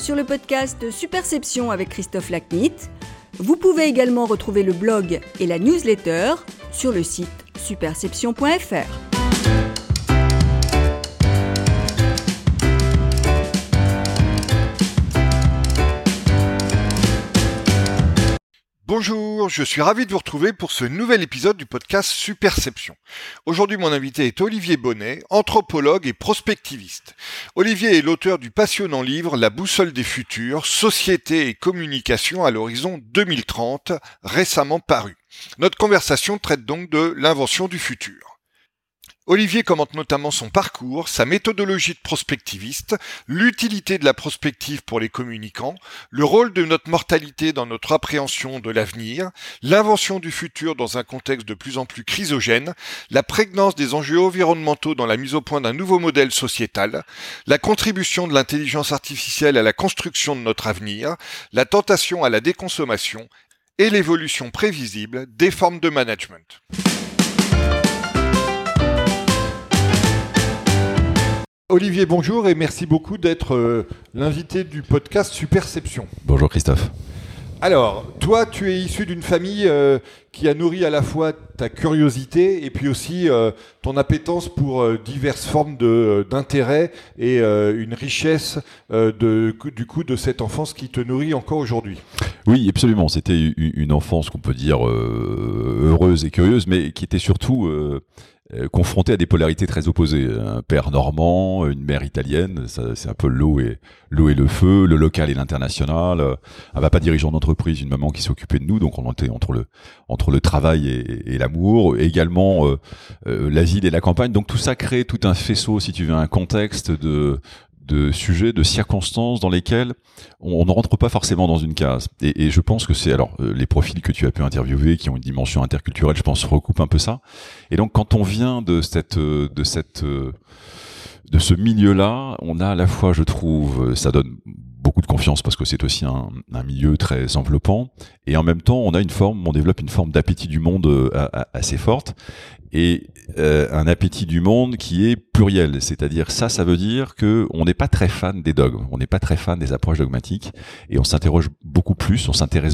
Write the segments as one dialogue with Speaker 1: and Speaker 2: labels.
Speaker 1: sur le podcast Superception avec Christophe Lacnit. Vous pouvez également retrouver le blog et la newsletter sur le site superception.fr.
Speaker 2: Bonjour, je suis ravi de vous retrouver pour ce nouvel épisode du podcast Superception. Aujourd'hui, mon invité est Olivier Bonnet, anthropologue et prospectiviste. Olivier est l'auteur du passionnant livre La boussole des futurs, société et communication à l'horizon 2030, récemment paru. Notre conversation traite donc de l'invention du futur. Olivier commente notamment son parcours, sa méthodologie de prospectiviste, l'utilité de la prospective pour les communicants, le rôle de notre mortalité dans notre appréhension de l'avenir, l'invention du futur dans un contexte de plus en plus chrysogène, la prégnance des enjeux environnementaux dans la mise au point d'un nouveau modèle sociétal, la contribution de l'intelligence artificielle à la construction de notre avenir, la tentation à la déconsommation et l'évolution prévisible des formes de management. Olivier, bonjour et merci beaucoup d'être l'invité du podcast Superception.
Speaker 3: Bonjour Christophe.
Speaker 2: Alors, toi, tu es issu d'une famille qui a nourri à la fois ta curiosité et puis aussi ton appétence pour diverses formes d'intérêt et une richesse du coup de cette enfance qui te nourrit encore aujourd'hui.
Speaker 3: Oui, absolument. C'était une enfance qu'on peut dire heureuse et curieuse, mais qui était surtout confronté à des polarités très opposées. Un père normand, une mère italienne, ça, c'est un peu l'eau et le feu, le local et l'international. Un papa dirigeant d'entreprise, une maman qui s'occupait de nous, donc on était entre le travail et l'amour. Également la ville et la campagne. Donc tout ça crée tout un faisceau, si tu veux, un contexte de sujets, de circonstances dans lesquelles on ne rentre pas forcément dans une case. Et je pense que c'est, alors, les profils que tu as pu interviewer, qui ont une dimension interculturelle, je pense, recoupent un peu ça. Et donc, quand on vient de ce milieu-là, on a à la fois, je trouve, ça donne beaucoup de confiance parce que c'est aussi un milieu très enveloppant. Et en même temps, on développe une forme d'appétit du monde assez forte. Et un appétit du monde qui est pluriel, c'est-à-dire ça veut dire que on n'est pas très fan des dogmes, on n'est pas très fan des approches dogmatiques, et on s'intéresse beaucoup plus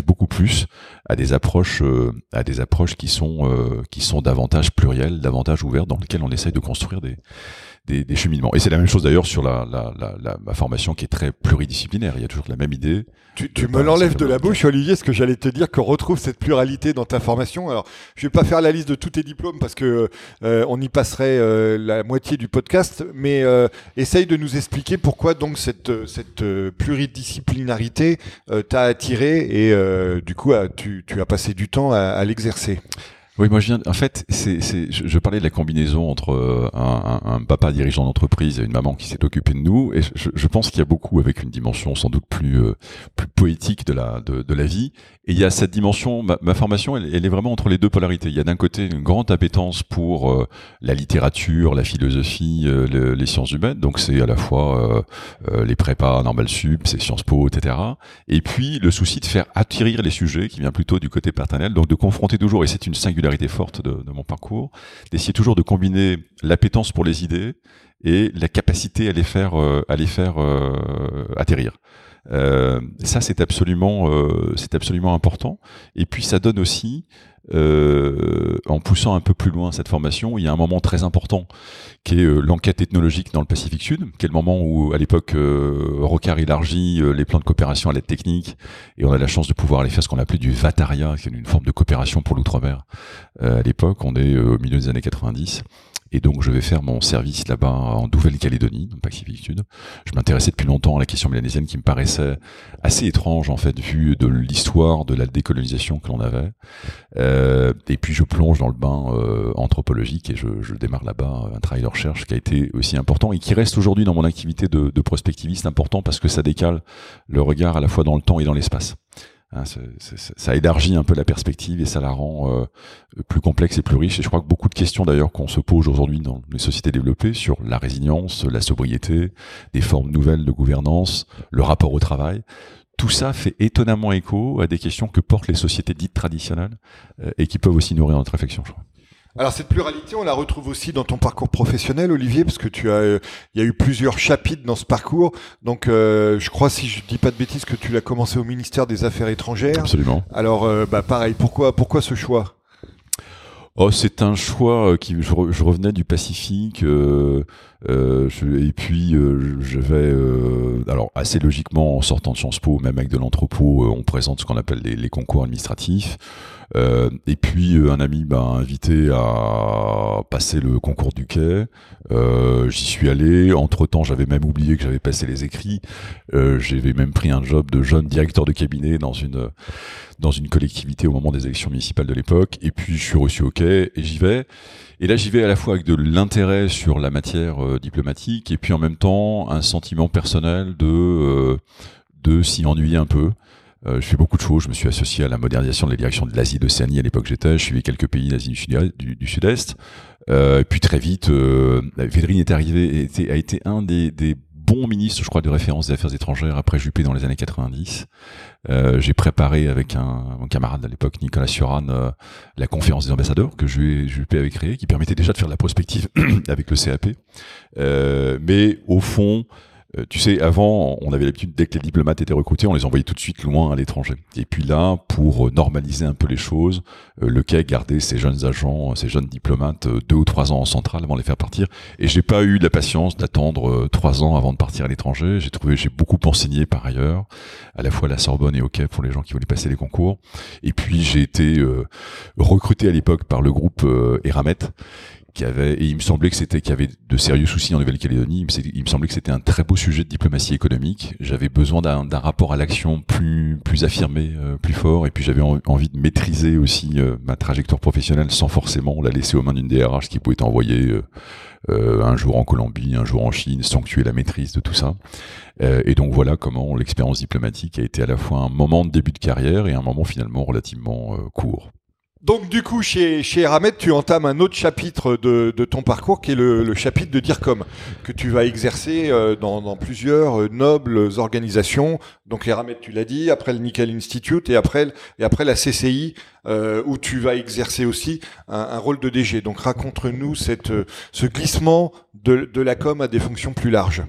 Speaker 3: à des approches qui sont davantage plurielles, davantage ouvertes, dans lesquelles on essaye de construire des cheminements. Et c'est la même chose d'ailleurs sur ma formation qui est très pluridisciplinaire. Il y a toujours la même idée.
Speaker 2: Tu me l'enlèves de la bouche, Olivier, ce que j'allais te dire, qu'on retrouve cette pluralité dans ta formation. Alors, je vais pas faire la liste de tous tes diplômes parce que on y passerait la moitié du podcast, mais essaye de nous expliquer pourquoi donc cette pluridisciplinarité t'a attiré et du coup tu as passé du temps à l'exercer.
Speaker 3: Oui, moi en fait, je parlais de la combinaison entre un papa dirigeant d'entreprise et une maman qui s'est occupée de nous, et je pense qu'il y a beaucoup avec une dimension sans doute plus poétique de la vie. Et il y a cette dimension, ma formation, elle est vraiment entre les deux polarités. Il y a d'un côté une grande appétence pour la littérature, la philosophie, les sciences humaines, donc c'est à la fois les prépas Normal Sup, c'est Sciences Po, etc. Et puis le souci de faire atterrir les sujets, qui vient plutôt du côté paternel, donc de confronter toujours, et c'est une singularité forte de mon parcours, d'essayer toujours de combiner l'appétence pour les idées et la capacité à les faire atterrir. Ça c'est absolument important. Et puis ça donne aussi, en poussant un peu plus loin cette formation, il y a un moment très important qui est l'enquête ethnologique dans le Pacifique Sud, qui est le moment où à l'époque Rocard élargit les plans de coopération à l'aide technique, et on a la chance de pouvoir aller faire ce qu'on appelait du Vataria, qui est une forme de coopération pour l'outre-mer. À l'époque, on est au milieu des années 90. Et donc, je vais faire mon service là-bas en Nouvelle-Calédonie, dans le Pacifique Sud. Je m'intéressais depuis longtemps à la question mélanésienne qui me paraissait assez étrange, en fait, vu de l'histoire de la décolonisation que l'on avait. Et puis, je plonge dans le bain anthropologique et je démarre là-bas un travail de recherche qui a été aussi important et qui reste aujourd'hui dans mon activité de prospectiviste important parce que ça décale le regard à la fois dans le temps et dans l'espace. Hein, ça élargit un peu la perspective et ça la rend plus complexe et plus riche. Et je crois que beaucoup de questions d'ailleurs qu'on se pose aujourd'hui dans les sociétés développées sur la résilience, la sobriété, des formes nouvelles de gouvernance, le rapport au travail, tout ça fait étonnamment écho à des questions que portent les sociétés dites traditionnelles et qui peuvent aussi nourrir notre réflexion, je crois.
Speaker 2: Alors cette pluralité, on la retrouve aussi dans ton parcours professionnel, Olivier, parce que il y a eu plusieurs chapitres dans ce parcours. Donc, je crois, si je dis pas de bêtises, que tu l'as commencé au ministère des Affaires étrangères.
Speaker 3: Absolument.
Speaker 2: Alors, pareil, pourquoi ce choix ?
Speaker 3: Oh, c'est un choix je revenais du Pacifique et puis j'avais alors assez logiquement en sortant de Sciences Po, même avec de l'anthropo, on présente ce qu'on appelle les concours administratifs. Et puis un ami m'a invité à passer le concours du Quai. J'y suis allé. Entre-temps, j'avais même oublié que j'avais passé les écrits. J'avais même pris un job de jeune directeur de cabinet dans une collectivité au moment des élections municipales de l'époque. Et puis je suis reçu au Quai et j'y vais. Et là, j'y vais à la fois avec de l'intérêt sur la matière diplomatique et puis en même temps un sentiment personnel de s'y ennuyer un peu. Je fais beaucoup de choses. Je me suis associé à la modernisation de la direction de l'Asie d'Océanie à l'époque j'étais. Je suivais quelques pays d'Asie du Sud-Est. Et puis très vite, Védrine a été un des bons ministres, je crois, de référence des affaires étrangères après Juppé dans les années 90. J'ai préparé avec mon camarade à l'époque, Nicolas Suran, la conférence des ambassadeurs que Juppé avait créée, qui permettait déjà de faire de la prospective avec le CAP. Mais au fond, tu sais, avant, on avait l'habitude, dès que les diplomates étaient recrutés, on les envoyait tout de suite loin à l'étranger. Et puis là, pour normaliser un peu les choses, le Quai gardait ses jeunes agents, ses jeunes diplomates 2 ou 3 ans en centrale avant de les faire partir. Et j'ai pas eu la patience d'attendre 3 ans avant de partir à l'étranger. J'ai beaucoup enseigné par ailleurs, à la fois à la Sorbonne et au Quai pour les gens qui voulaient passer les concours. Et puis j'ai été recruté à l'époque par le groupe Eramet, et il me semblait qu'il y avait de sérieux soucis en Nouvelle-Calédonie. Il me semblait que c'était un très beau sujet de diplomatie économique. J'avais besoin d'un rapport à l'action plus affirmé, plus fort, et puis j'avais envie de maîtriser aussi ma trajectoire professionnelle sans forcément la laisser aux mains d'une DRH qui pouvait t'envoyer un jour en Colombie, un jour en Chine, sans que tu aies la maîtrise de tout ça. Et donc voilà comment l'expérience diplomatique a été à la fois un moment de début de carrière et un moment finalement relativement court.
Speaker 2: Donc du coup, chez Eramet, tu entames un autre chapitre de ton parcours qui est le chapitre de DIRCOM, que tu vas exercer dans plusieurs nobles organisations. Donc Eramet, tu l'as dit, après le Nickel Institute et après la CCI, où tu vas exercer aussi un rôle de DG. Donc raconte-nous ce glissement de la com à des fonctions plus larges.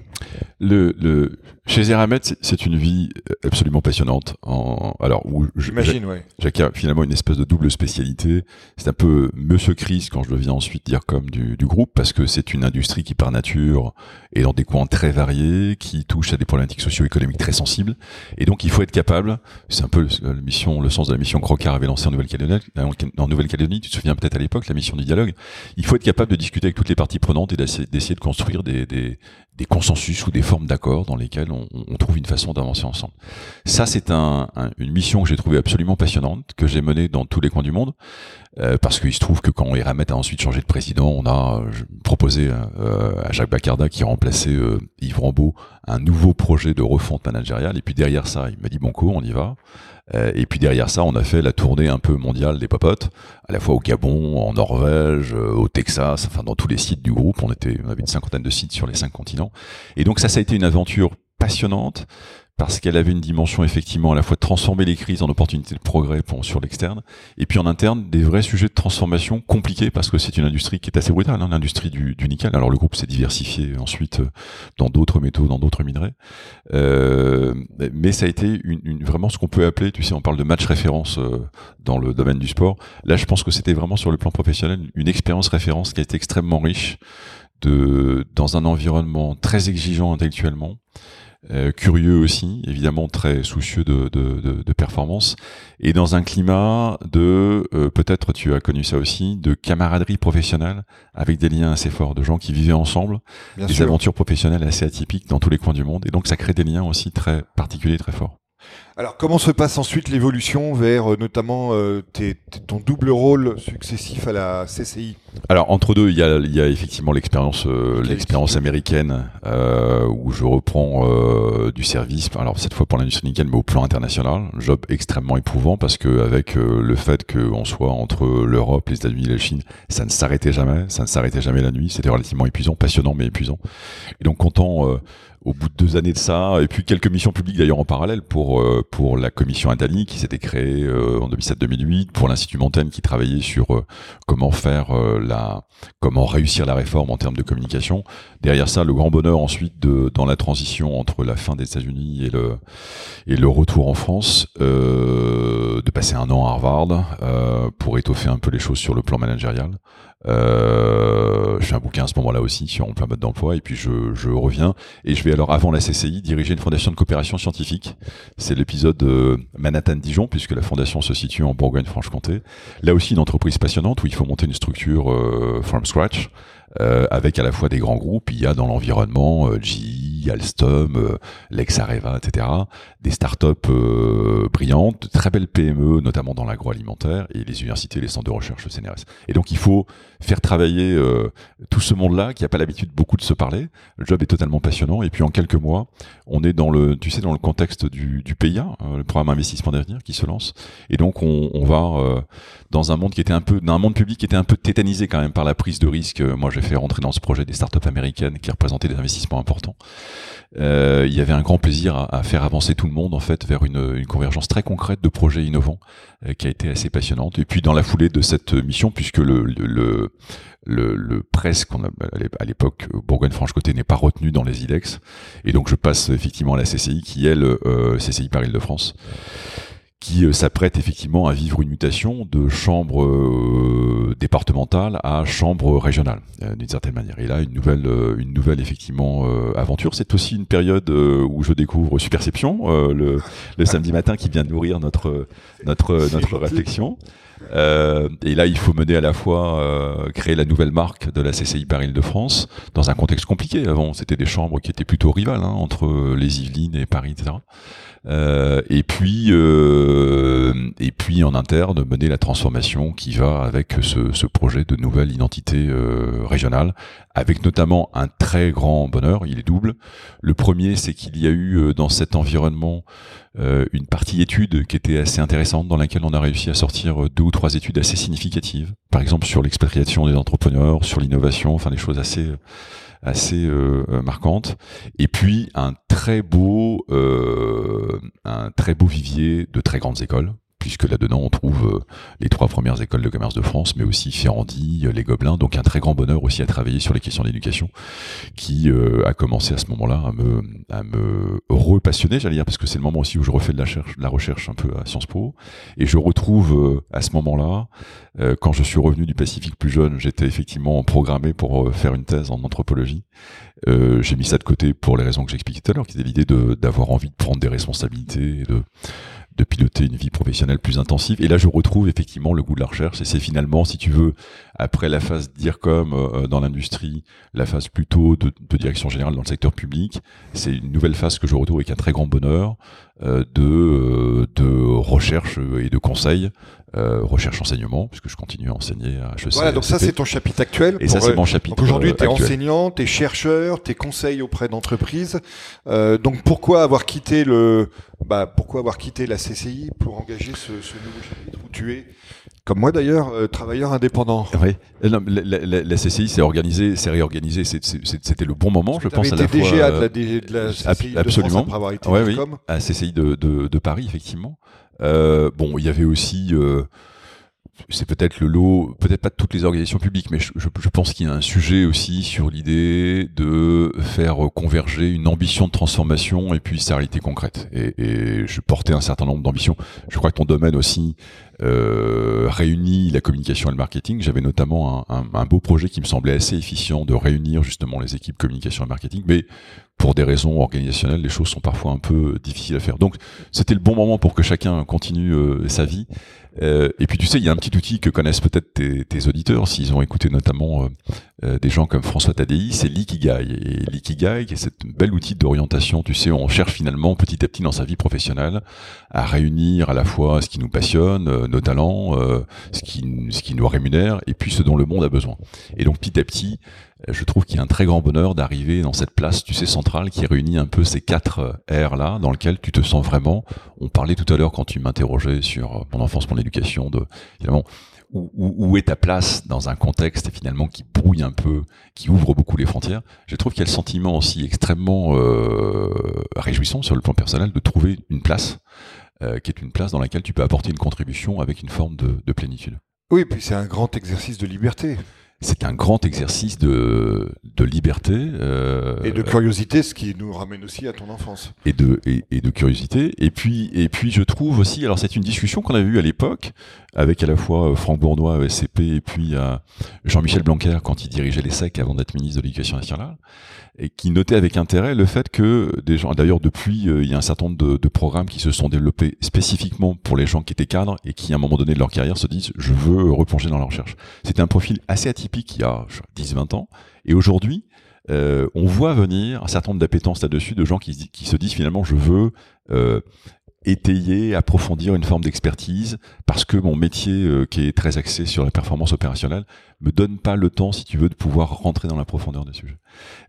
Speaker 3: Chez Eramet, c'est une vie absolument passionnante.
Speaker 2: J'imagine, ouais.
Speaker 3: J'ai finalement une espèce de double spécialité. C'est un peu Monsieur Chris quand je deviens ensuite DIRCOM du groupe, parce que c'est une industrie qui par nature est dans des coins très variés, qui touche à des problématiques socio-économiques très sensibles. Et donc il faut être capable, c'est un peu le sens de la mission que Rocard avait lancée en Nouvelle-Calédonie, tu te souviens peut-être à l'époque, la mission du dialogue. Il faut être capable de discuter avec toutes les parties prenantes et d'essayer de construire des consensus ou des formes d'accord dans lesquelles on trouve une façon d'avancer ensemble. Ça, c'est une mission que j'ai trouvée absolument passionnante, que j'ai menée dans tous les coins du monde, parce qu'il se trouve que quand Eramet a ensuite changé de président, on a proposé à Jacques Bacarda, qui remplaçait Yves Rambaud, un nouveau projet de refonte managériale, et puis derrière ça, il m'a dit banco, on y va. Et puis derrière ça, on a fait la tournée un peu mondiale des popotes, à la fois au Gabon, en Norvège, au Texas, enfin dans tous les sites du groupe. On avait une 50aine de sites sur les 5 continents. Et donc ça a été une aventure passionnante, parce qu'elle avait une dimension effectivement à la fois de transformer les crises en opportunités de progrès sur l'externe, et puis en interne des vrais sujets de transformation compliqués, parce que c'est une industrie qui est assez brutale, l'industrie du nickel. Alors le groupe s'est diversifié ensuite dans d'autres métaux, dans d'autres minerais, mais ça a été vraiment ce qu'on peut appeler, tu sais, on parle de match référence dans le domaine du sport. Là, je pense que c'était vraiment sur le plan professionnel une expérience référence qui a été extrêmement riche, dans un environnement très exigeant intellectuellement, curieux aussi, évidemment très soucieux de performance, et dans un climat peut-être tu as connu ça aussi, de camaraderie professionnelle, avec des liens assez forts, de gens qui vivaient ensemble, des aventures professionnelles assez atypiques dans tous les coins du monde, et donc ça crée des liens aussi très particuliers, très forts.
Speaker 2: Alors, comment se passe ensuite l'évolution vers notamment ton double rôle successif à la CCI ?
Speaker 3: Alors, entre deux, il y a effectivement l'expérience américaine où je reprends du service. Alors cette fois pour l'industrie nickel, mais au plan international. Un job extrêmement éprouvant parce que avec le fait qu'on soit entre l'Europe, les États-Unis et la Chine, ça ne s'arrêtait jamais la nuit. C'était relativement épuisant, passionnant mais épuisant. Et donc content au bout de 2 années de ça, et puis quelques missions publiques d'ailleurs en parallèle pour la commission Attali qui s'était créée en 2007-2008, pour l'Institut Montaigne qui travaillait sur comment réussir la réforme en termes de communication. Derrière ça, le grand bonheur ensuite dans la transition entre la fin des États-Unis et le retour en France, de passer 1 an à Harvard pour étoffer un peu les choses sur le plan managérial. Je fais un bouquin à ce moment-là aussi sur emploi mode d'emploi, et puis je reviens et je vais alors avant la CCI diriger une fondation de coopération scientifique. C'est l'épisode Manhattan-Dijon, puisque la fondation se situe en Bourgogne-Franche-Comté. Là aussi une entreprise passionnante où il faut monter une structure from scratch, avec à la fois des grands groupes. Il y a dans l'environnement GE, Alstom, Lex Areva, etc. Des startups brillantes, de très belles PME, notamment dans l'agroalimentaire, et les universités, les centres de recherche, le CNRS. Et donc il faut faire travailler tout ce monde-là qui n'a pas l'habitude beaucoup de se parler. Le job est totalement passionnant. Et puis en quelques mois, on est dans le contexte du PIA, le programme investissement d'avenir qui se lance. Et donc on va dans un monde public qui était un peu tétanisé quand même par la prise de risque. Moi, j'ai fait rentrer dans ce projet des startups américaines qui représentaient des investissements importants. Il y avait un grand plaisir à faire avancer tout le monde en fait vers une convergence très concrète de projets innovants qui a été assez passionnante. Et puis dans la foulée de cette mission, puisque le presse qu'on a à l'époque Bourgogne-Franche-Comté n'est pas retenu dans les IDEX, et donc je passe effectivement à la CCI qui est CCI Paris-Île-de-France, qui s'apprête effectivement à vivre une mutation de chambre départementale à chambre régionale, d'une certaine manière. Et là, une nouvelle effectivement aventure. C'est aussi une période où je découvre Superception, le samedi matin, qui vient nourrir notre réflexion. Et là, il faut mener à la fois créer la nouvelle marque de la CCI Paris-Île-de-France dans un contexte compliqué. Avant, c'était des chambres qui étaient plutôt rivales entre les Yvelines et Paris, etc. Et puis en interne mener la transformation qui va avec ce projet de nouvelle identité régionale, avec notamment un très grand bonheur. Il est double. Le premier, c'est qu'il y a eu dans cet environnement une partie étude qui était assez intéressante, dans laquelle on a réussi à sortir 2 ou 3 études assez significatives, par exemple sur l'expatriation des entrepreneurs, sur l'innovation, enfin des choses assez marquantes. Et puis un très beau vivier de très grandes écoles, puisque là-dedans on trouve les 3 premières écoles de commerce de France, mais aussi Ferrandi, les Gobelins, donc un très grand bonheur aussi à travailler sur les questions d'éducation, qui a commencé à ce moment-là à me repassionner, j'allais dire, parce que c'est le moment aussi où je refais de la recherche un peu à Sciences Po, et je retrouve à ce moment-là, quand je suis revenu du Pacifique plus jeune, j'étais effectivement programmé pour faire une thèse en anthropologie. J'ai mis ça de côté pour les raisons que j'expliquais tout à l'heure, qui était l'idée d'avoir envie de prendre des responsabilités et de piloter une vie professionnelle plus intensive. Et là, je retrouve effectivement le goût de la recherche. Et c'est finalement, si tu veux, après la phase d'IRCOM dans l'industrie, la phase plutôt de direction générale dans le secteur public, c'est une nouvelle phase que je retrouve avec un très grand bonheur de recherche et de conseil. Recherche-enseignement, puisque je continue à enseigner à HEC.
Speaker 2: Voilà, donc ça c'est ton chapitre actuel.
Speaker 3: Et ça c'est mon chapitre.
Speaker 2: Donc aujourd'hui tu es enseignant, tu es chercheur, tu es conseil auprès d'entreprises. Donc pourquoi avoir quitté la CCI pour engager ce nouveau chapitre où tu es, comme moi d'ailleurs, travailleur indépendant?
Speaker 3: Oui. La CCI s'est réorganisée. C'était le bon moment, je pense, à la fois.
Speaker 2: DGA de la CCI de France après avoir été DIRCOM.
Speaker 3: À CCI de Paris, effectivement. Il y avait aussi, c'est peut-être le lot, peut-être pas de toutes les organisations publiques, mais je pense qu'il y a un sujet aussi sur l'idée de faire converger une ambition de transformation et puis sa réalité concrète. Et je portais un certain nombre d'ambitions. Je crois que ton domaine aussi réunit la communication et le marketing. J'avais notamment un beau projet qui me semblait assez efficient de réunir justement les équipes communication et marketing, mais pour des raisons organisationnelles, les choses sont parfois un peu difficiles à faire. Donc, c'était le bon moment pour que chacun continue sa vie. Et puis, tu sais, il y a un petit outil que connaissent peut-être tes auditeurs, s'ils ont écouté notamment des gens comme François Tadei, c'est l'Ikigai. Et l'Ikigai, c'est un bel outil d'orientation. Tu sais, on cherche finalement petit à petit dans sa vie professionnelle à réunir à la fois ce qui nous passionne, nos talents, ce qui nous rémunère, et puis ce dont le monde a besoin. Et donc, petit à petit, je trouve qu'il y a un très grand bonheur d'arriver dans cette place, tu sais, centrale, qui réunit un peu ces 4 R-là, dans lequel tu te sens vraiment. On parlait tout à l'heure quand tu m'interrogeais sur mon enfance, mon éducation, évidemment, où est ta place dans un contexte finalement qui brouille un peu, qui ouvre beaucoup les frontières. Je trouve qu'il y a le sentiment aussi extrêmement réjouissant sur le plan personnel de trouver une place qui est une place dans laquelle tu peux apporter une contribution avec une forme de plénitude.
Speaker 2: Oui, puis c'est un grand exercice de liberté.
Speaker 3: C'est un grand exercice de liberté.
Speaker 2: Et de curiosité, ce qui nous ramène aussi à ton enfance.
Speaker 3: Et de curiosité. Et puis, je trouve aussi, alors c'est une discussion qu'on avait eue à l'époque, avec à la fois Franck Bournois à ESCP et puis Jean-Michel Blanquer quand il dirigeait l'ESSEC avant d'être ministre de l'Éducation nationale, et qui notait avec intérêt le fait que des gens, d'ailleurs depuis, il y a un certain nombre de programmes qui se sont développés spécifiquement pour les gens qui étaient cadres et qui à un moment donné de leur carrière se disent je veux replonger dans la recherche. C'était un profil assez atypique il y a 10-20 ans, et aujourd'hui on voit venir un certain nombre d'appétences là-dessus de gens qui se disent finalement je veux étayer, approfondir une forme d'expertise parce que mon métier qui est très axé sur la performance opérationnelle me donne pas le temps, si tu veux, de pouvoir rentrer dans la profondeur des sujets.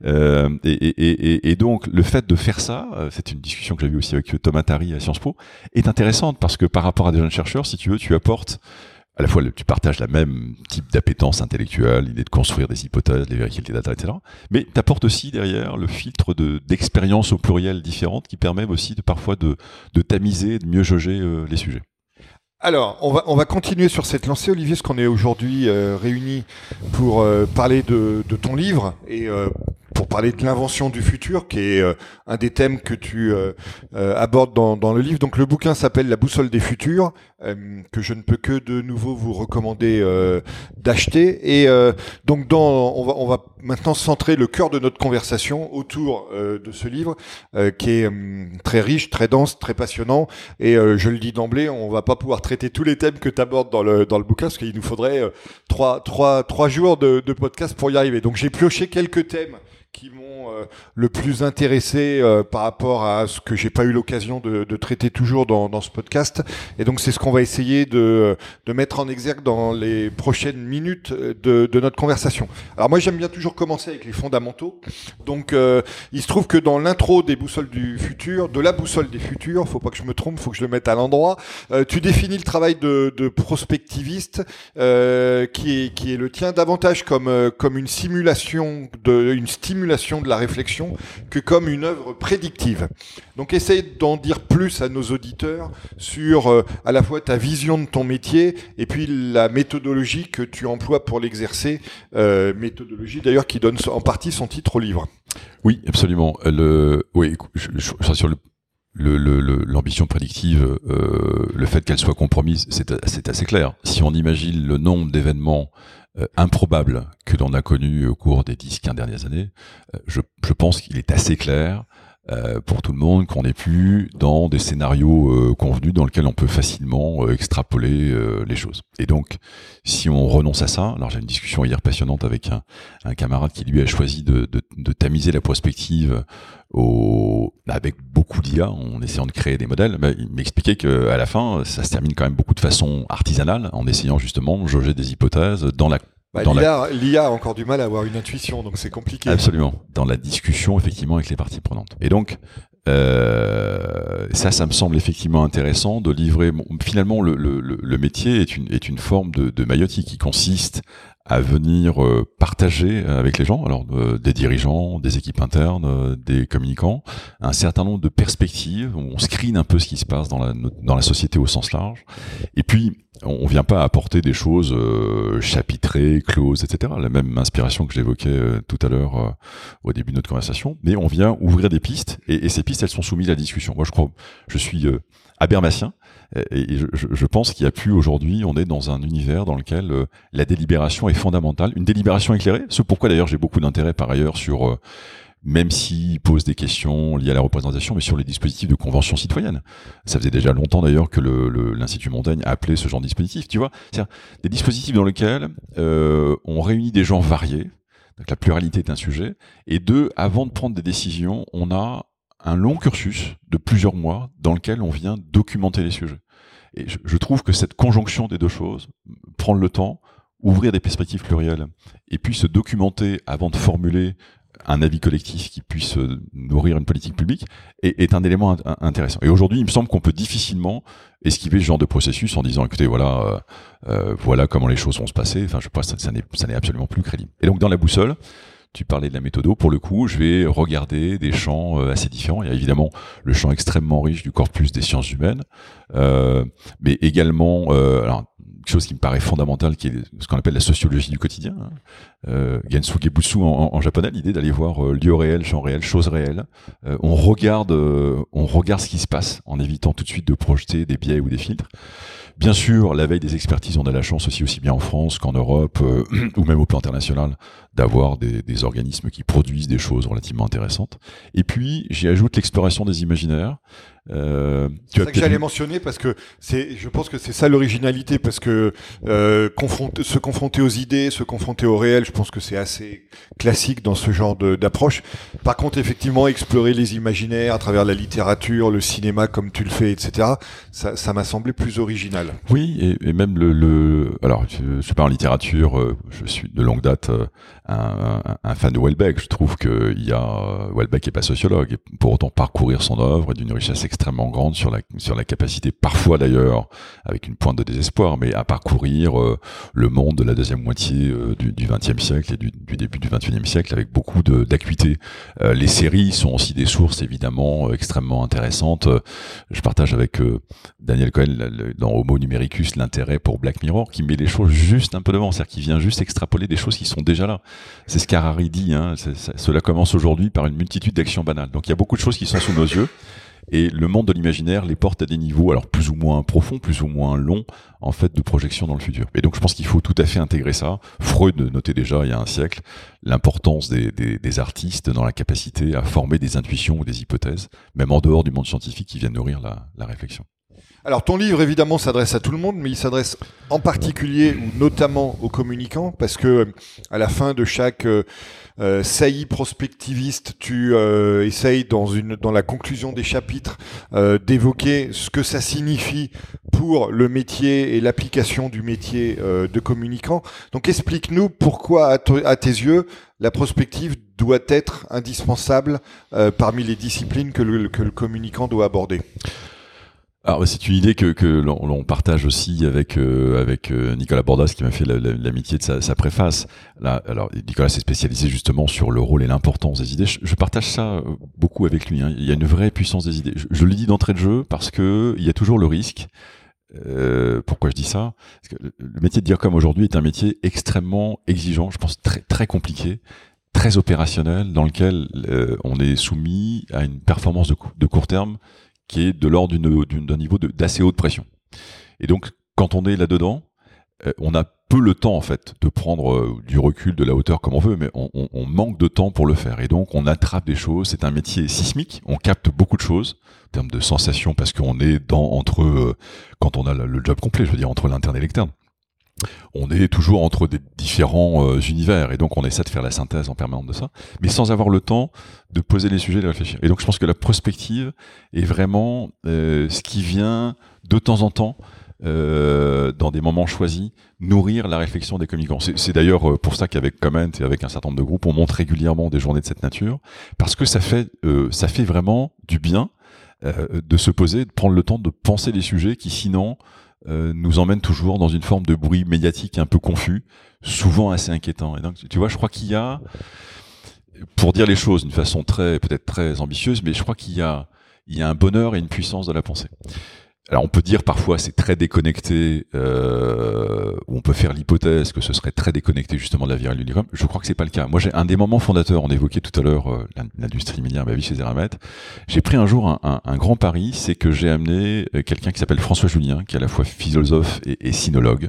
Speaker 3: Et donc le fait de faire ça, c'est une discussion que j'ai eue aussi avec Thomas Tari à Sciences Po, est intéressante parce que par rapport à des jeunes chercheurs, si tu veux, tu apportes à la fois, tu partages la même type d'appétence intellectuelle, l'idée de construire des hypothèses, de vérifier les data, etc. Mais tu apportes aussi derrière le filtre d'expériences au pluriel différentes qui permettent aussi parfois de tamiser, de mieux jauger les sujets.
Speaker 2: Alors, on va continuer sur cette lancée, Olivier, parce qu'on est aujourd'hui réunis pour parler de ton livre et pour parler de l'invention du futur, qui est un des thèmes que tu abordes dans le livre. Donc, le bouquin s'appelle La boussole des futurs, que je ne peux que de nouveau vous recommander d'acheter. Et donc, on va maintenant centrer le cœur de notre conversation autour de ce livre, qui est très riche, très dense, très passionnant. Et je le dis d'emblée, on va pas pouvoir traiter tous les thèmes que tu abordes dans le bouquin, parce qu'il nous faudrait trois jours de podcast pour y arriver. Donc, j'ai pioché quelques thèmes qui m'ont le plus intéressé par rapport à ce que j'ai pas eu l'occasion de traiter toujours dans ce podcast. Et donc c'est ce qu'on va essayer de mettre en exergue dans les prochaines minutes de notre conversation. Alors moi j'aime bien toujours commencer avec les fondamentaux. Donc il se trouve que dans l'intro des boussoles du futur, de la boussole des futurs, faut pas que je me trompe, faut que je le mette à l'endroit, tu définis le travail de prospectiviste qui est le tien davantage comme une simulation une stimulation de la réflexion que comme une œuvre prédictive. Donc essaye d'en dire plus à nos auditeurs sur à la fois ta vision de ton métier et puis la méthodologie que tu emploies pour l'exercer, méthodologie d'ailleurs qui donne en partie son titre au livre.
Speaker 3: Oui, absolument. Sur l'ambition prédictive, le fait qu'elle soit compromise, c'est assez clair. Si on imagine le nombre d'événements improbables que l'on a connus au cours des 10-15 dernières années, je pense qu'il est assez clair pour tout le monde qu'on n'est plus dans des scénarios convenus dans lesquels on peut facilement extrapoler les choses. Et donc, si on renonce à ça, alors j'ai une discussion hier passionnante avec un camarade qui lui a choisi de tamiser la prospective avec beaucoup d'IA en essayant de créer des modèles. Il m'expliquait qu'à la fin, ça se termine quand même beaucoup de façon artisanale en essayant justement de jauger des hypothèses dans la
Speaker 2: l'IA a encore du mal à avoir une intuition, donc c'est compliqué.
Speaker 3: Absolument. Dans la discussion, effectivement, avec les parties prenantes. Et donc, ça me semble effectivement intéressant de livrer. Finalement, le métier est une forme de maïotique qui consiste à venir partager avec les gens, alors des dirigeants, des équipes internes, des communicants, un certain nombre de perspectives. On screen un peu ce qui se passe dans la société au sens large. Et puis, on vient pas apporter des choses chapitrées, closes, etc. La même inspiration que j'évoquais tout à l'heure au début de notre conversation. Mais on vient ouvrir des pistes et ces pistes, elles sont soumises à la discussion. Moi, je suis habermasien et je pense qu'il y a plus aujourd'hui, on est dans un univers dans lequel la délibération est fondamentale. Une délibération éclairée, ce pourquoi d'ailleurs j'ai beaucoup d'intérêt par ailleurs sur même s'il pose des questions liées à la représentation, mais sur les dispositifs de convention citoyenne. Ça faisait déjà longtemps d'ailleurs que l'Institut Montaigne appelait ce genre de dispositif, tu vois. C'est-à-dire des dispositifs dans lesquels on réunit des gens variés, donc la pluralité est un sujet, et avant de prendre des décisions, on a un long cursus de plusieurs mois dans lequel on vient documenter les sujets. Et je trouve que cette conjonction des deux choses, prendre le temps, ouvrir des perspectives plurielles, et puis se documenter avant de formuler un avis collectif qui puisse nourrir une politique publique est un élément intéressant. Et aujourd'hui, il me semble qu'on peut difficilement esquiver ce genre de processus en disant, écoutez, voilà comment les choses vont se passer. Enfin, je pense que ça n'est absolument plus crédible. Et donc, dans la boussole, tu parlais de la méthodo. Pour le coup, je vais regarder des champs assez différents. Il y a évidemment le champ extrêmement riche du corpus des sciences humaines, mais également, alors, quelque chose qui me paraît fondamental, qui est ce qu'on appelle la sociologie du quotidien. Gensu Gebutsu en japonais, l'idée d'aller voir lieu réel, champ réel, chose réelle. On regarde ce qui se passe en évitant tout de suite de projeter des biais ou des filtres. Bien sûr, la veille des expertises, on a la chance aussi bien en France qu'en Europe, ou même au plan international, d'avoir des organismes qui produisent des choses relativement intéressantes. Et puis, j'y ajoute l'exploration des imaginaires.
Speaker 2: C'est ça que j'allais mentionner parce que je pense que c'est ça l'originalité, parce que se confronter aux idées, se confronter au réel, je pense que c'est assez classique dans ce genre d'approche. Par contre, effectivement, explorer les imaginaires à travers la littérature, le cinéma comme tu le fais, etc., ça m'a semblé plus original.
Speaker 3: Oui, et même alors, je suis pas en littérature, je suis de longue date un fan de Houellebecq. Je trouve que Houellebecq est pas sociologue, et pour autant parcourir son œuvre est d'une richesse extrêmement grande sur la capacité, parfois d'ailleurs avec une pointe de désespoir, mais à parcourir le monde de la deuxième moitié du XXe siècle et du début du XXIe siècle avec beaucoup d'acuité. Les séries sont aussi des sources évidemment extrêmement intéressantes. Je partage avec Daniel Cohen dans Homo Numericus l'intérêt pour Black Mirror, qui met les choses juste un peu devant, c'est-à-dire qui vient juste extrapoler des choses qui sont déjà là. C'est ce qu'Harari dit, cela commence aujourd'hui par une multitude d'actions banales. Donc il y a beaucoup de choses qui sont sous nos yeux. Et le monde de l'imaginaire les porte à des niveaux, alors plus ou moins profonds, plus ou moins longs, en fait, de projection dans le futur. Et donc, je pense qu'il faut tout à fait intégrer ça. Freud notait déjà, il y a un siècle, l'importance des artistes dans la capacité à former des intuitions ou des hypothèses, même en dehors du monde scientifique, qui viennent nourrir la réflexion.
Speaker 2: Alors, ton livre, évidemment, s'adresse à tout le monde, mais il s'adresse en particulier ou notamment aux communicants, parce que à la fin de chaque saillie prospectiviste, tu essayes dans la conclusion des chapitres d'évoquer ce que ça signifie pour le métier et l'application du métier de communicant. Donc, explique-nous pourquoi, à tes yeux, la prospective doit être indispensable parmi les disciplines que le communicant doit aborder.
Speaker 3: Alors c'est une idée que l'on partage aussi avec Nicolas Bordas, qui m'a fait l'amitié de sa préface. Là, alors Nicolas s'est spécialisé justement sur le rôle et l'importance des idées. Je partage ça beaucoup avec lui. Il y a une vraie puissance des idées. Je le dis d'entrée de jeu parce que il y a toujours le risque. Pourquoi je dis ça? Parce que le métier de DIRCOM aujourd'hui est un métier extrêmement exigeant, je pense très très compliqué, très opérationnel, dans lequel on est soumis à une performance de court terme qui est de l'ordre d'un niveau d'assez haute pression. Et donc, quand on est là-dedans, on a peu le temps, en fait, de prendre du recul, de la hauteur comme on veut, mais on manque de temps pour le faire. Et donc, on attrape des choses. C'est un métier sismique. On capte beaucoup de choses, en termes de sensations, parce qu'on est quand on a le job complet, je veux dire, entre l'interne et l'externe. On est toujours entre des différents univers, et donc on essaie de faire la synthèse en permanence de ça, mais sans avoir le temps de poser les sujets et de réfléchir. Et donc je pense que la prospective est vraiment ce qui vient de temps en temps, dans des moments choisis, nourrir la réflexion des communicants. C'est d'ailleurs pour ça qu'avec Comment et avec un certain nombre de groupes, on monte régulièrement des journées de cette nature, parce que ça fait vraiment du bien de se poser, de prendre le temps de penser les sujets qui sinon nous emmène toujours dans une forme de bruit médiatique un peu confus, souvent assez inquiétant. Et donc, tu vois, je crois qu'il y a, pour dire les choses d'une façon peut-être très ambitieuse, mais je crois qu'il y a un bonheur et une puissance de la pensée. Alors on peut dire parfois c'est très déconnecté, ou on peut faire l'hypothèse que ce serait très déconnecté justement de la vie réelle du DIRCOM. Je crois que c'est pas le cas. Moi j'ai un des moments fondateurs, on évoquait tout à l'heure l'industrie minière, ma vie chez Eramet. J'ai pris un jour un grand pari, c'est que j'ai amené quelqu'un qui s'appelle François Julien, qui est à la fois philosophe et sinologue.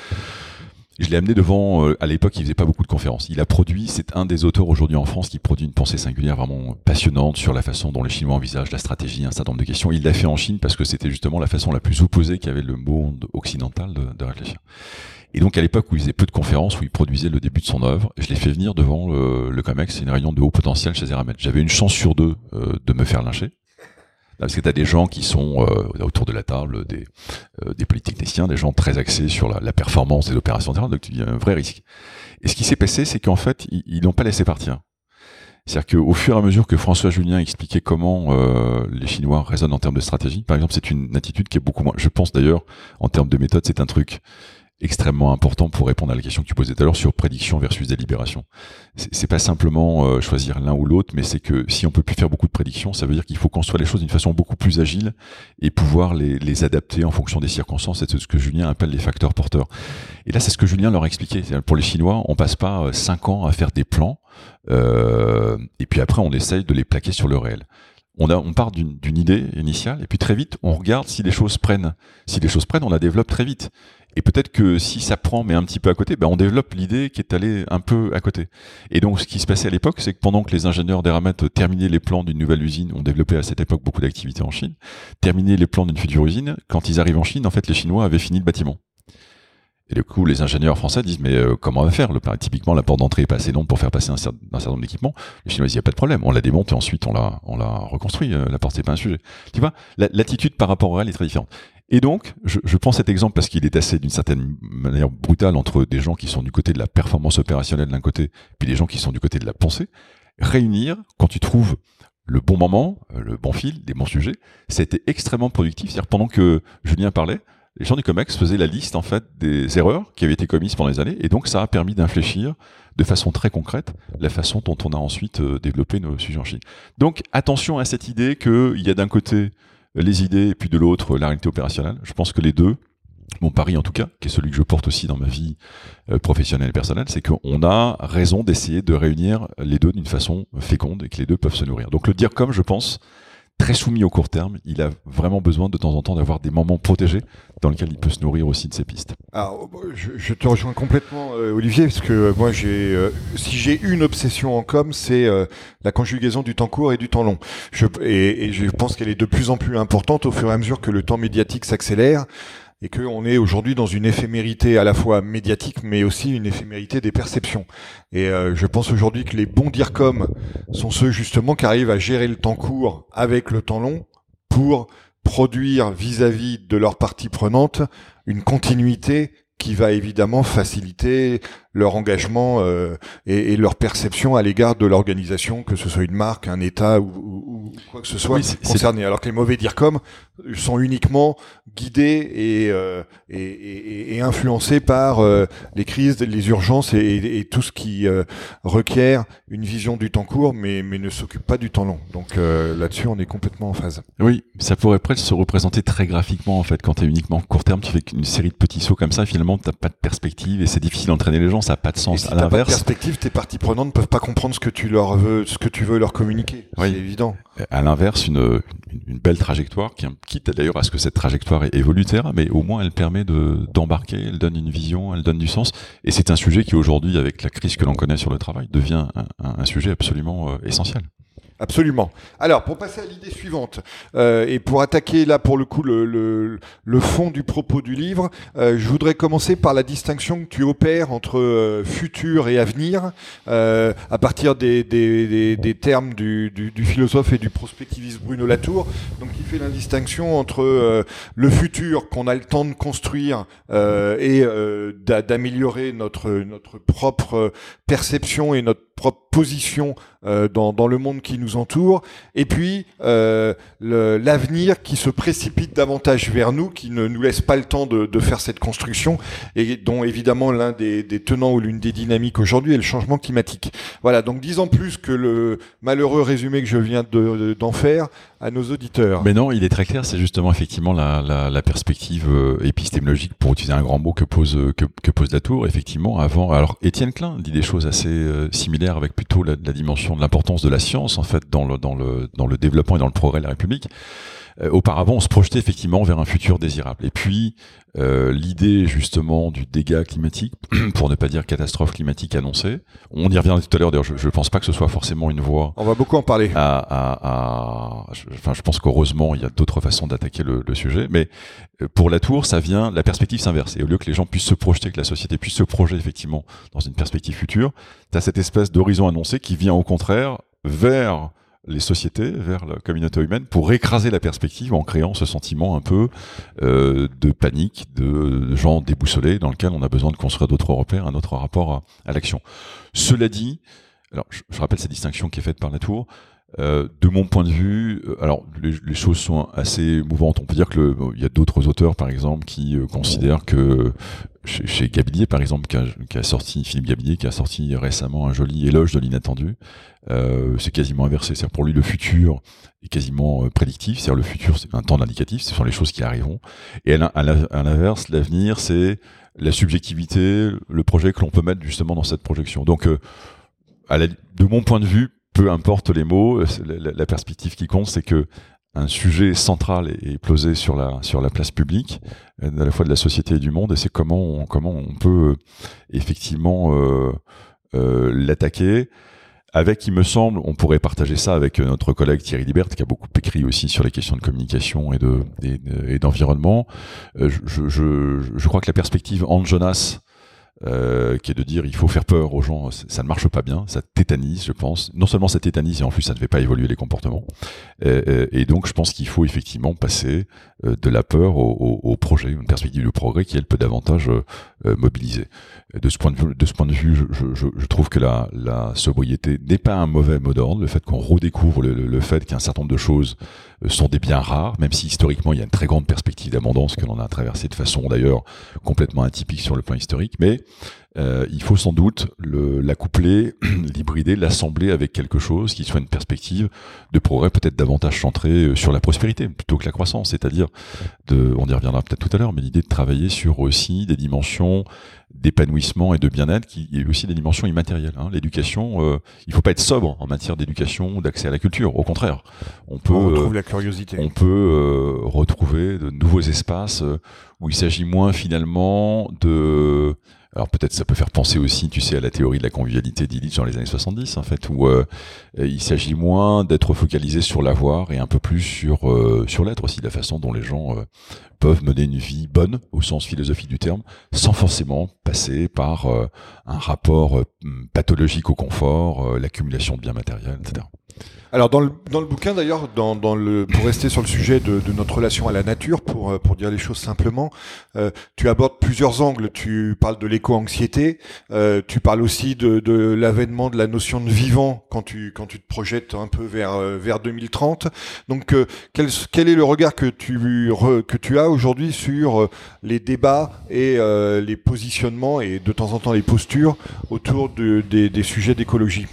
Speaker 3: Je l'ai amené devant, à l'époque, il faisait pas beaucoup de conférences. C'est un des auteurs aujourd'hui en France qui produit une pensée singulière vraiment passionnante sur la façon dont les Chinois envisagent la stratégie, un certain nombre de questions. Il l'a fait en Chine parce que c'était justement la façon la plus opposée qu'avait le monde occidental de réfléchir. Et donc, à l'époque où il faisait peu de conférences, où il produisait le début de son œuvre, je l'ai fait venir devant le COMEX, c'est une réunion de haut potentiel chez Eramet. J'avais une chance sur deux de me faire lyncher. Parce que tu as des gens qui sont autour de la table, des polytechniciens, des gens très axés sur la performance des opérations terrain, donc il y a un vrai risque. Et ce qui s'est passé, c'est qu'en fait, ils n'ont pas laissé partir. C'est-à-dire qu'au fur et à mesure que François Julien expliquait comment les Chinois raisonnent en termes de stratégie, par exemple, c'est une attitude qui est beaucoup moins... Je pense d'ailleurs, en termes de méthode, c'est un truc extrêmement important pour répondre à la question que tu posais tout à l'heure sur prédiction versus délibération. C'est pas simplement choisir l'un ou l'autre, mais c'est que si on peut plus faire beaucoup de prédictions, ça veut dire qu'il faut construire les choses d'une façon beaucoup plus agile et pouvoir les adapter en fonction des circonstances. C'est ce que Julien appelle les facteurs porteurs. Et là, c'est ce que Julien leur a expliqué. Pour les Chinois, on passe pas 5 ans à faire des plans et puis après on essaye de les plaquer sur le réel. On part d'une idée initiale et puis très vite on regarde si les choses prennent. Si les choses prennent, on la développe très vite. Et peut-être que si ça prend mais un petit peu à côté, on développe l'idée qui est allée un peu à côté. Et donc ce qui se passait à l'époque, c'est que pendant que les ingénieurs d'Eramet terminaient les plans d'une nouvelle usine, on développait à cette époque beaucoup d'activités en Chine, terminaient les plans d'une future usine, quand ils arrivent en Chine, en fait les Chinois avaient fini le bâtiment. Et du coup, les ingénieurs français disent mais comment on va faire ? Typiquement, la porte d'entrée est pas assez longue pour faire passer un certain nombre d'équipements. Les Chinois disent il y a pas de problème, on la démonte et ensuite on la reconstruit. La porte c'est pas un sujet. Tu vois, l'attitude par rapport au réel est très différente. Et donc, je prends cet exemple parce qu'il est assez d'une certaine manière brutal entre des gens qui sont du côté de la performance opérationnelle d'un côté, puis des gens qui sont du côté de la pensée. Réunir, quand tu trouves le bon moment, le bon fil, des bons sujets, ça a été extrêmement productif. C'est-à-dire pendant que Julien parlait, les gens du COMEX faisaient la liste en fait des erreurs qui avaient été commises pendant les années, et donc ça a permis d'infléchir de façon très concrète la façon dont on a ensuite développé nos sujets en Chine. Donc attention à cette idée qu'il y a d'un côté les idées et puis de l'autre la réalité opérationnelle. Je pense que les deux, mon pari en tout cas, qui est celui que je porte aussi dans ma vie professionnelle et personnelle, c'est qu'on a raison d'essayer de réunir les deux d'une façon féconde et que les deux peuvent se nourrir. Donc le DIRCOM, je pense, très soumis au court terme, il a vraiment besoin de temps en temps d'avoir des moments protégés dans lesquels il peut se nourrir aussi de ses pistes. Alors,
Speaker 2: je te rejoins complètement, Olivier, parce que moi, si j'ai une obsession en com, c'est la conjugaison du temps court et du temps long. Et je pense qu'elle est de plus en plus importante au fur et à mesure que le temps médiatique s'accélère. Et qu'on est aujourd'hui dans une éphémérité à la fois médiatique, mais aussi une éphémérité des perceptions. Et je pense aujourd'hui que les bons DIRCOM sont ceux justement qui arrivent à gérer le temps court avec le temps long pour produire vis-à-vis de leurs parties prenantes une continuité qui va évidemment faciliter leur engagement et leur perception à l'égard de l'organisation, que ce soit une marque, un État ou quoi que ce soit concerné. Alors que les mauvais DIRCOM sont uniquement guidés et influencés par les crises, les urgences et tout ce qui requiert une vision du temps court, mais ne s'occupe pas du temps long. Donc là-dessus, on est complètement en phase.
Speaker 3: Oui, ça pourrait presque se représenter très graphiquement en fait. Quand tu es uniquement court terme, tu fais une série de petits sauts comme ça, et finalement, tu n'as pas de perspective et c'est difficile d'entraîner les gens. Ça n'a pas de sens.
Speaker 2: Et si
Speaker 3: à l'inverse,
Speaker 2: pas de perspective, tes parties prenantes ne peuvent pas comprendre ce que tu veux leur communiquer. Oui. C'est évident.
Speaker 3: À l'inverse, une belle trajectoire, quitte d'ailleurs à ce que cette trajectoire est évolutive, mais au moins elle permet d'embarquer, elle donne une vision, elle donne du sens. Et c'est un sujet qui aujourd'hui, avec la crise que l'on connaît sur le travail, devient un sujet absolument essentiel.
Speaker 2: Absolument. Alors, pour passer à l'idée suivante, et pour attaquer là pour le coup le fond du propos du livre, je voudrais commencer par la distinction que tu opères entre futur et avenir, à partir des termes du philosophe et du prospectiviste Bruno Latour. Donc, il fait la distinction entre le futur qu'on a le temps de construire et d'améliorer notre propre perception et notre propre position dans le monde qui nous entoure, et puis l'avenir qui se précipite davantage vers nous, qui ne nous laisse pas le temps de faire cette construction, et dont évidemment l'un des tenants ou l'une des dynamiques aujourd'hui est le changement climatique. Voilà, donc disons plus que le malheureux résumé que je viens d'en faire à nos auditeurs.
Speaker 3: Mais non, il est très clair, c'est justement effectivement la perspective épistémologique, pour utiliser un grand mot, que pose Latour. Effectivement, avant, alors Étienne Klein dit des choses assez similaires, avec plutôt la dimension de l'importance de la science en fait dans le développement et dans le progrès de la République. Auparavant, on se projetait effectivement vers un futur désirable. Et puis, l'idée justement du dégât climatique, pour ne pas dire catastrophe climatique annoncée, on y reviendra tout à l'heure. D'ailleurs, je pense pas que ce soit forcément une voie.
Speaker 2: On va beaucoup en parler.
Speaker 3: Je pense qu'heureusement, il y a d'autres façons d'attaquer le sujet. Mais pour Latour, ça vient, la perspective s'inverse. Et au lieu que les gens puissent se projeter, que la société puisse se projeter effectivement dans une perspective future, t'as cette espèce d'horizon annoncé qui vient au contraire vers les sociétés, vers la communauté humaine, pour écraser la perspective en créant ce sentiment un peu de panique, de gens déboussolés, dans lequel on a besoin de construire d'autres repères, un autre rapport à l'action. Cela dit, alors je rappelle cette distinction qui est faite par Latour. De mon point de vue, alors les choses sont assez mouvantes. On peut dire que il y a d'autres auteurs, par exemple, qui considèrent que chez Gabillier, par exemple, qui a sorti Philippe Gabillier, qui a sorti récemment un joli éloge de l'inattendu, c'est quasiment inversé. C'est-à-dire pour lui, le futur est quasiment prédictif. C'est-à-dire le futur, c'est un temps indicatif. Ce sont les choses qui arriveront. Et à l'inverse, l'avenir, c'est la subjectivité, le projet que l'on peut mettre justement dans cette projection. Donc, de mon point de vue, peu importe les mots, la perspective qui compte, c'est que un sujet central est posé sur la place publique, à la fois de la société et du monde, et c'est comment on peut effectivement l'attaquer. Avec, il me semble, on pourrait partager ça avec notre collègue Thierry Libert, qui a beaucoup écrit aussi sur les questions de communication et d'environnement. Je crois que la perspective Hans Jonas, qui est de dire il faut faire peur aux gens, ça ne marche pas bien, ça tétanise, je pense. Non seulement ça tétanise, et en plus ça ne fait pas évoluer les comportements. Et donc je pense qu'il faut effectivement passer de la peur au projet, une perspective de progrès qui elle peut davantage mobiliser. De ce point de vue, je trouve que la sobriété n'est pas un mauvais mot d'ordre. Le fait qu'on redécouvre le fait qu'un certain nombre de choses sont des biens rares, même si historiquement il y a une très grande perspective d'abondance que l'on a traversée de façon d'ailleurs complètement atypique sur le plan historique, mais il faut sans doute l'accoupler, l'hybrider, l'assembler avec quelque chose qui soit une perspective de progrès peut-être davantage centrée sur la prospérité plutôt que la croissance, c'est-à-dire on y reviendra peut-être tout à l'heure, mais l'idée de travailler sur aussi des dimensions d'épanouissement et de bien-être qui est aussi des dimensions immatérielles. L'éducation, il faut pas être sobre en matière d'éducation ou d'accès à la culture. Au contraire, on
Speaker 2: retrouve la curiosité.
Speaker 3: On peut retrouver de nouveaux espaces où il s'agit moins finalement de... Alors peut-être ça peut faire penser aussi, tu sais, à la théorie de la convivialité d'Illich dans les années 70, en fait, où il s'agit moins d'être focalisé sur l'avoir et un peu plus sur l'être aussi, la façon dont les gens peuvent mener une vie bonne, au sens philosophique du terme, sans forcément passer par un rapport pathologique au confort, l'accumulation de biens matériels, etc.
Speaker 2: Alors dans le bouquin d'ailleurs, pour rester sur le sujet de notre relation à la nature, pour dire les choses simplement, tu abordes plusieurs angles. Tu parles de l'éco-anxiété, tu parles aussi de l'avènement de la notion de vivant quand tu te projettes un peu vers 2030. Donc quel est le regard que tu as aujourd'hui sur les débats et les positionnements et de temps en temps les postures autour des sujets d'écologie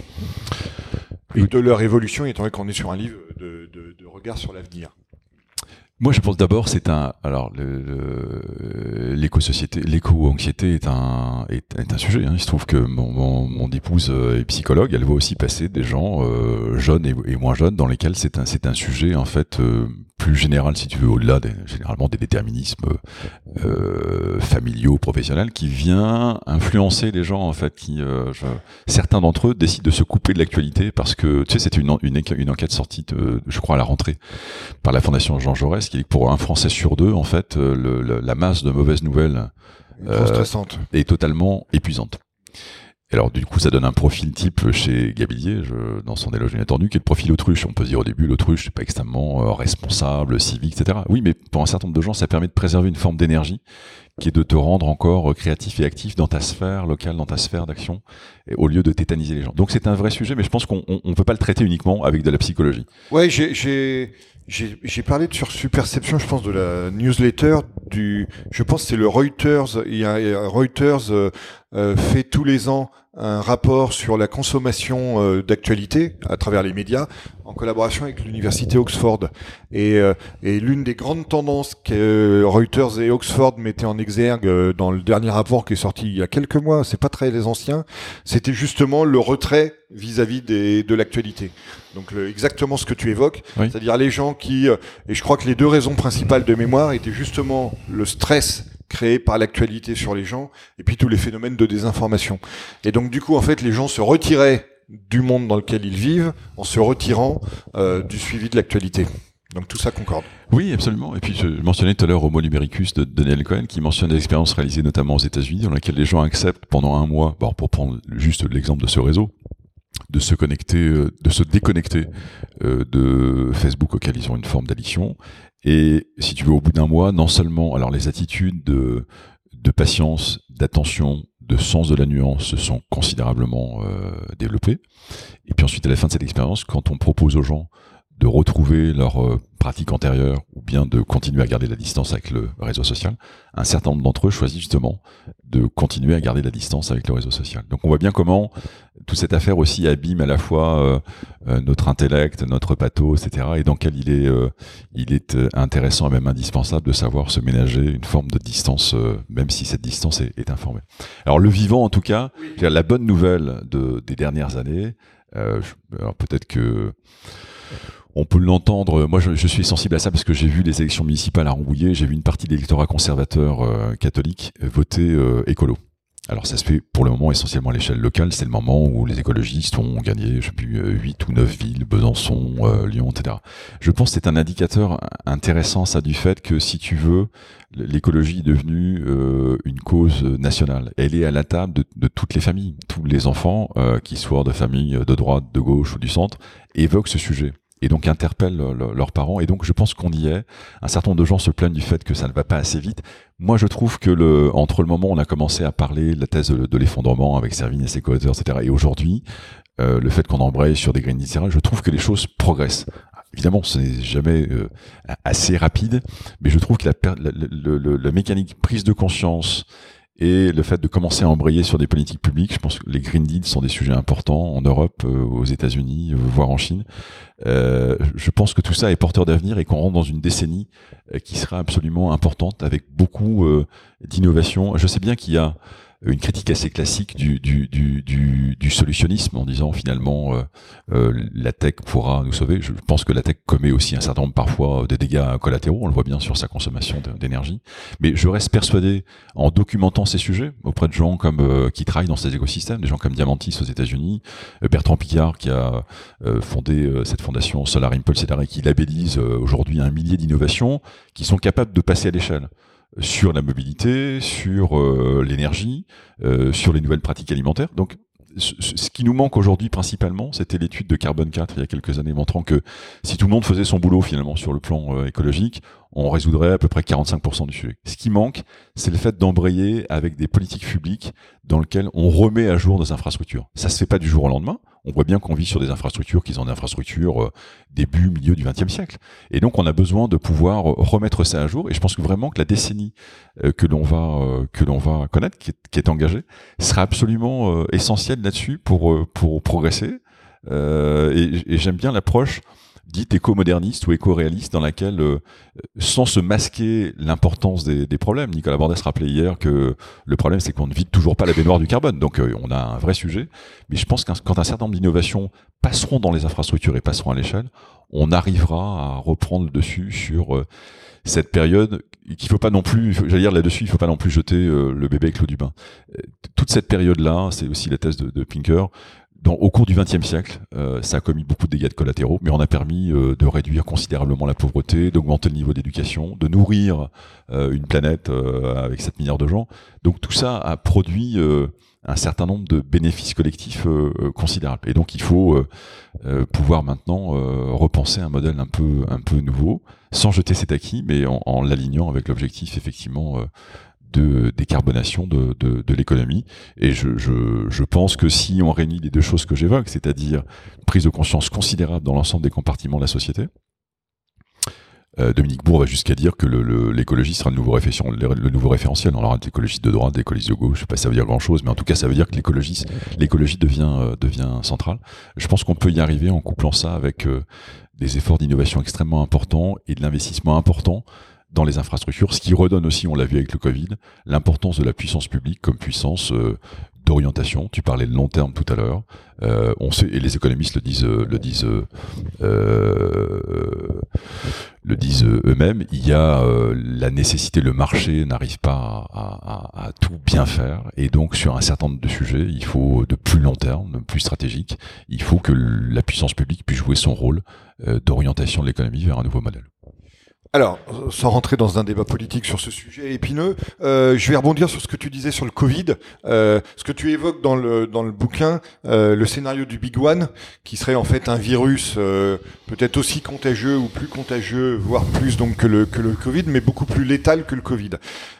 Speaker 2: et de leur évolution, étant donné qu'on est sur un livre de regard sur l'avenir?
Speaker 3: Moi, je pense d'abord, l'éco-société, l'éco-anxiété est un sujet. Il se trouve que mon épouse est psychologue. Elle voit aussi passer des gens jeunes et moins jeunes dans lesquels c'est un sujet en fait plus général, si tu veux, au-delà généralement des déterminismes familiaux, professionnels, qui vient influencer les gens en fait. Certains d'entre eux décident de se couper de l'actualité parce que tu sais, c'était une enquête sortie, je crois à la rentrée, par la Fondation Jean Jaurès, qui dit que pour un Français sur deux, en fait, la masse de mauvaises nouvelles est totalement épuisante. Alors du coup, ça donne un profil type chez Gabillier, dans son éloge inattendu, qui est le profil autruche. On peut se dire au début, l'autruche, c'est pas extrêmement responsable, civique, etc. Oui, mais pour un certain nombre de gens, ça permet de préserver une forme d'énergie qui est de te rendre encore créatif et actif dans ta sphère locale, dans ta sphère d'action, au lieu de tétaniser les gens. Donc c'est un vrai sujet, mais je pense qu'on peut pas le traiter uniquement avec de la psychologie.
Speaker 2: Ouais, j'ai parlé sur Superception, je pense, de la newsletter je pense que c'est le Reuters. Reuters fait tous les ans un rapport sur la consommation d'actualité à travers les médias en collaboration avec l'université Oxford. Et l'une des grandes tendances que Reuters et Oxford mettaient en exergue dans le dernier rapport qui est sorti il y a quelques mois, c'est pas très ancien, c'était justement le retrait vis-à-vis de l'actualité. Donc exactement ce que tu évoques, oui. C'est-à-dire les gens qui, et je crois que les deux raisons principales de mémoire étaient justement le stress créé par l'actualité sur les gens et puis tous les phénomènes de désinformation. Et donc du coup en fait les gens se retiraient du monde dans lequel ils vivent en se retirant du suivi de l'actualité. Donc tout ça concorde.
Speaker 3: Oui, absolument. Et puis je mentionnais tout à l'heure Homo numericus de Daniel Cohen qui mentionne des expériences réalisées notamment aux États-Unis dans lesquelles les gens acceptent pendant un mois, pour prendre juste l'exemple de ce réseau, de se connecter, de se déconnecter de Facebook auquel ils ont une forme d'addiction. Et si tu veux, au bout d'un mois, non seulement alors les attitudes de patience, d'attention, de sens de la nuance se sont considérablement développés. Et puis ensuite, à la fin de cette expérience, quand on propose aux gens de retrouver leur pratique antérieure ou bien de continuer à garder la distance avec le réseau social, un certain nombre d'entre eux choisissent justement de continuer à garder la distance avec le réseau social. Donc on voit bien comment toute cette affaire aussi abîme à la fois notre intellect, notre pathos, etc. et dans lequel il est intéressant et même indispensable de savoir se ménager une forme de distance, même si cette distance est informée. Alors le vivant, en tout cas, la bonne nouvelle des dernières années, alors peut-être que on peut l'entendre, moi je suis sensible à ça parce que j'ai vu les élections municipales à Rambouillet, j'ai vu une partie de l'électorat conservateur catholique voter écolo. Alors ça se fait pour le moment essentiellement à l'échelle locale, c'est le moment où les écologistes ont gagné, je sais plus, 8 ou 9 villes, Besançon, Lyon, etc. Je pense que c'est un indicateur intéressant ça du fait que si tu veux, l'écologie est devenue une cause nationale. Elle est à la table de toutes les familles, tous les enfants, qui soient de familles de droite, de gauche ou du centre, évoquent ce sujet. Et donc interpellent leurs parents. Et donc je pense qu'on y est. Un certain nombre de gens se plaignent du fait que ça ne va pas assez vite. Moi je trouve que entre le moment où on a commencé à parler de la thèse de l'effondrement avec Servine et ses co-auteurs, etc. et aujourd'hui, le fait qu'on embraye sur des Green Deal, etc., je trouve que les choses progressent. Évidemment, ce n'est jamais assez rapide, mais je trouve que la mécanique prise de conscience et le fait de commencer à embrayer sur des politiques publiques, je pense que les Green Deal sont des sujets importants en Europe, aux États-Unis, voire en Chine. Je pense que tout ça est porteur d'avenir et qu'on rentre dans une décennie qui sera absolument importante avec beaucoup d'innovation. Je sais bien qu'il y a une critique assez classique du solutionnisme en disant finalement la tech pourra nous sauver. Je pense que la tech commet aussi un certain nombre parfois de dégâts collatéraux, on le voit bien sur sa consommation d'énergie, mais je reste persuadé en documentant ces sujets auprès de gens comme qui travaillent dans ces écosystèmes, des gens comme Diamantis aux États-Unis, Bertrand Piccard qui a fondé cette fondation Solar Impulse, etc., et qui labellise aujourd'hui 1 millier d'innovations qui sont capables de passer à l'échelle sur la mobilité, sur l'énergie, sur les nouvelles pratiques alimentaires. Donc, ce qui nous manque aujourd'hui principalement, c'était l'étude de Carbone 4 il y a quelques années, montrant que si tout le monde faisait son boulot finalement sur le plan écologique, on résoudrait à peu près 45% du sujet. Ce qui manque, c'est le fait d'embrayer avec des politiques publiques dans lesquelles on remet à jour nos infrastructures. Ça se fait pas du jour au lendemain. On voit bien qu'on vit sur des infrastructures qui sont des infrastructures début, milieu du XXe siècle. Et donc, on a besoin de pouvoir remettre ça à jour. Et je pense que vraiment que la décennie que l'on va connaître, qui est engagée, sera absolument essentielle là-dessus pour progresser. Et j'aime bien l'approche dite éco-moderniste ou éco-réaliste dans laquelle, sans se masquer l'importance des problèmes, Nicolas Bordès rappelait hier que le problème c'est qu'on ne vide toujours pas la baignoire du carbone, donc on a un vrai sujet, mais je pense que quand un certain nombre d'innovations passeront dans les infrastructures et passeront à l'échelle, on arrivera à reprendre le dessus sur cette période qu'il faut pas non plus, j'allais dire là-dessus, il faut pas non plus jeter le bébé avec l'eau du bain. Toute cette période-là, c'est aussi la thèse de Pinker, au cours du XXe siècle, ça a commis beaucoup de dégâts collatéraux, mais on a permis de réduire considérablement la pauvreté, d'augmenter le niveau d'éducation, de nourrir une planète avec 7 milliards de gens. Donc tout ça a produit un certain nombre de bénéfices collectifs considérables. Et donc il faut pouvoir maintenant repenser un modèle un peu nouveau, sans jeter cet acquis, mais en l'alignant avec l'objectif effectivement de décarbonation de l'économie. Et je pense que si on réunit les deux choses que j'évoque, c'est-à-dire une prise de conscience considérable dans l'ensemble des compartiments de la société, Dominique Bourg va jusqu'à dire que l'écologie sera le nouveau référentiel. On aura l'écologiste de droite, l'écologiste de gauche, je sais pas si ça veut dire grand-chose, mais en tout cas ça veut dire que l'écologie devient centrale. Je pense qu'on peut y arriver en couplant ça avec des efforts d'innovation extrêmement importants et de l'investissement important dans les infrastructures, ce qui redonne aussi, on l'a vu avec le Covid, l'importance de la puissance publique comme puissance d'orientation. Tu parlais de long terme tout à l'heure. On sait, et les économistes le disent eux-mêmes. Il y a la nécessité, le marché n'arrive pas à tout bien faire, et donc sur un certain nombre de sujets, il faut de plus long terme, de plus stratégique. Il faut que la puissance publique puisse jouer son rôle d'orientation de l'économie vers un nouveau modèle.
Speaker 2: Alors, sans rentrer dans un débat politique sur ce sujet épineux, je vais rebondir sur ce que tu disais sur le Covid. Ce que tu évoques dans le bouquin, le scénario du Big One, qui serait en fait un virus peut-être aussi contagieux ou plus contagieux, voire plus donc que le Covid, mais beaucoup plus létal que le Covid.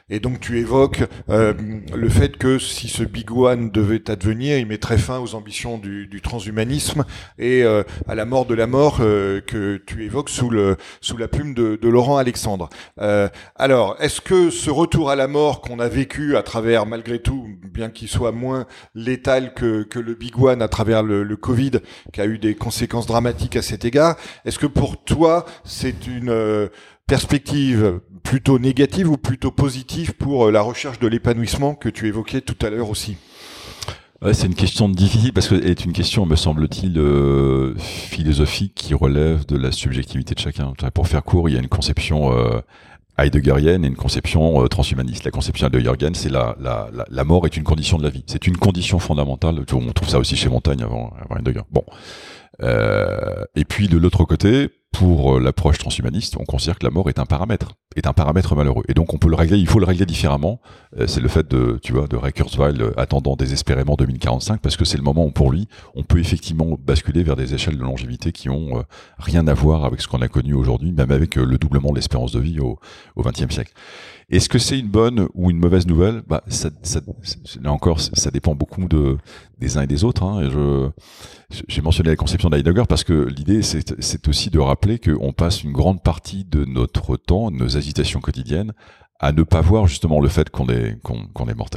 Speaker 2: Et donc tu évoques le fait que si ce Big One devait advenir, il mettrait fin aux ambitions du transhumanisme et à la mort de la mort que tu évoques sous la plume de Laurent Alexandre. Alors, est-ce que ce retour à la mort qu'on a vécu à travers, malgré tout, bien qu'il soit moins létal que le Big One à travers le Covid, qui a eu des conséquences dramatiques à cet égard, est-ce que pour toi, c'est une perspective plutôt négative ou plutôt positive pour la recherche de l'épanouissement que tu évoquais tout à l'heure aussi?
Speaker 3: Ouais, c'est une question difficile parce que c'est une question, me semble-t-il, philosophique qui relève de la subjectivité de chacun. Pour faire court, il y a une conception heideggerienne et une conception transhumaniste. La conception heideggerienne, c'est la mort est une condition de la vie. C'est une condition fondamentale. On trouve ça aussi chez Montaigne avant Heidegger. Bon. Et puis de l'autre côté, pour l'approche transhumaniste, on considère que la mort est un paramètre malheureux. Et donc on peut le régler, il faut le régler différemment. C'est le fait de Ray Kurzweil attendant désespérément 2045, parce que c'est le moment où pour lui, on peut effectivement basculer vers des échelles de longévité qui ont rien à voir avec ce qu'on a connu aujourd'hui, même avec le doublement de l'espérance de vie au XXe siècle. Est-ce que c'est une bonne ou une mauvaise nouvelle? Là encore, ça dépend beaucoup des uns et des autres. Hein, et j'ai mentionné la conception d'Heidegger parce que l'idée, c'est aussi de rappeler qu'on passe une grande partie de notre temps, de nos agitations quotidiennes, à ne pas voir justement le fait qu'on est mortel.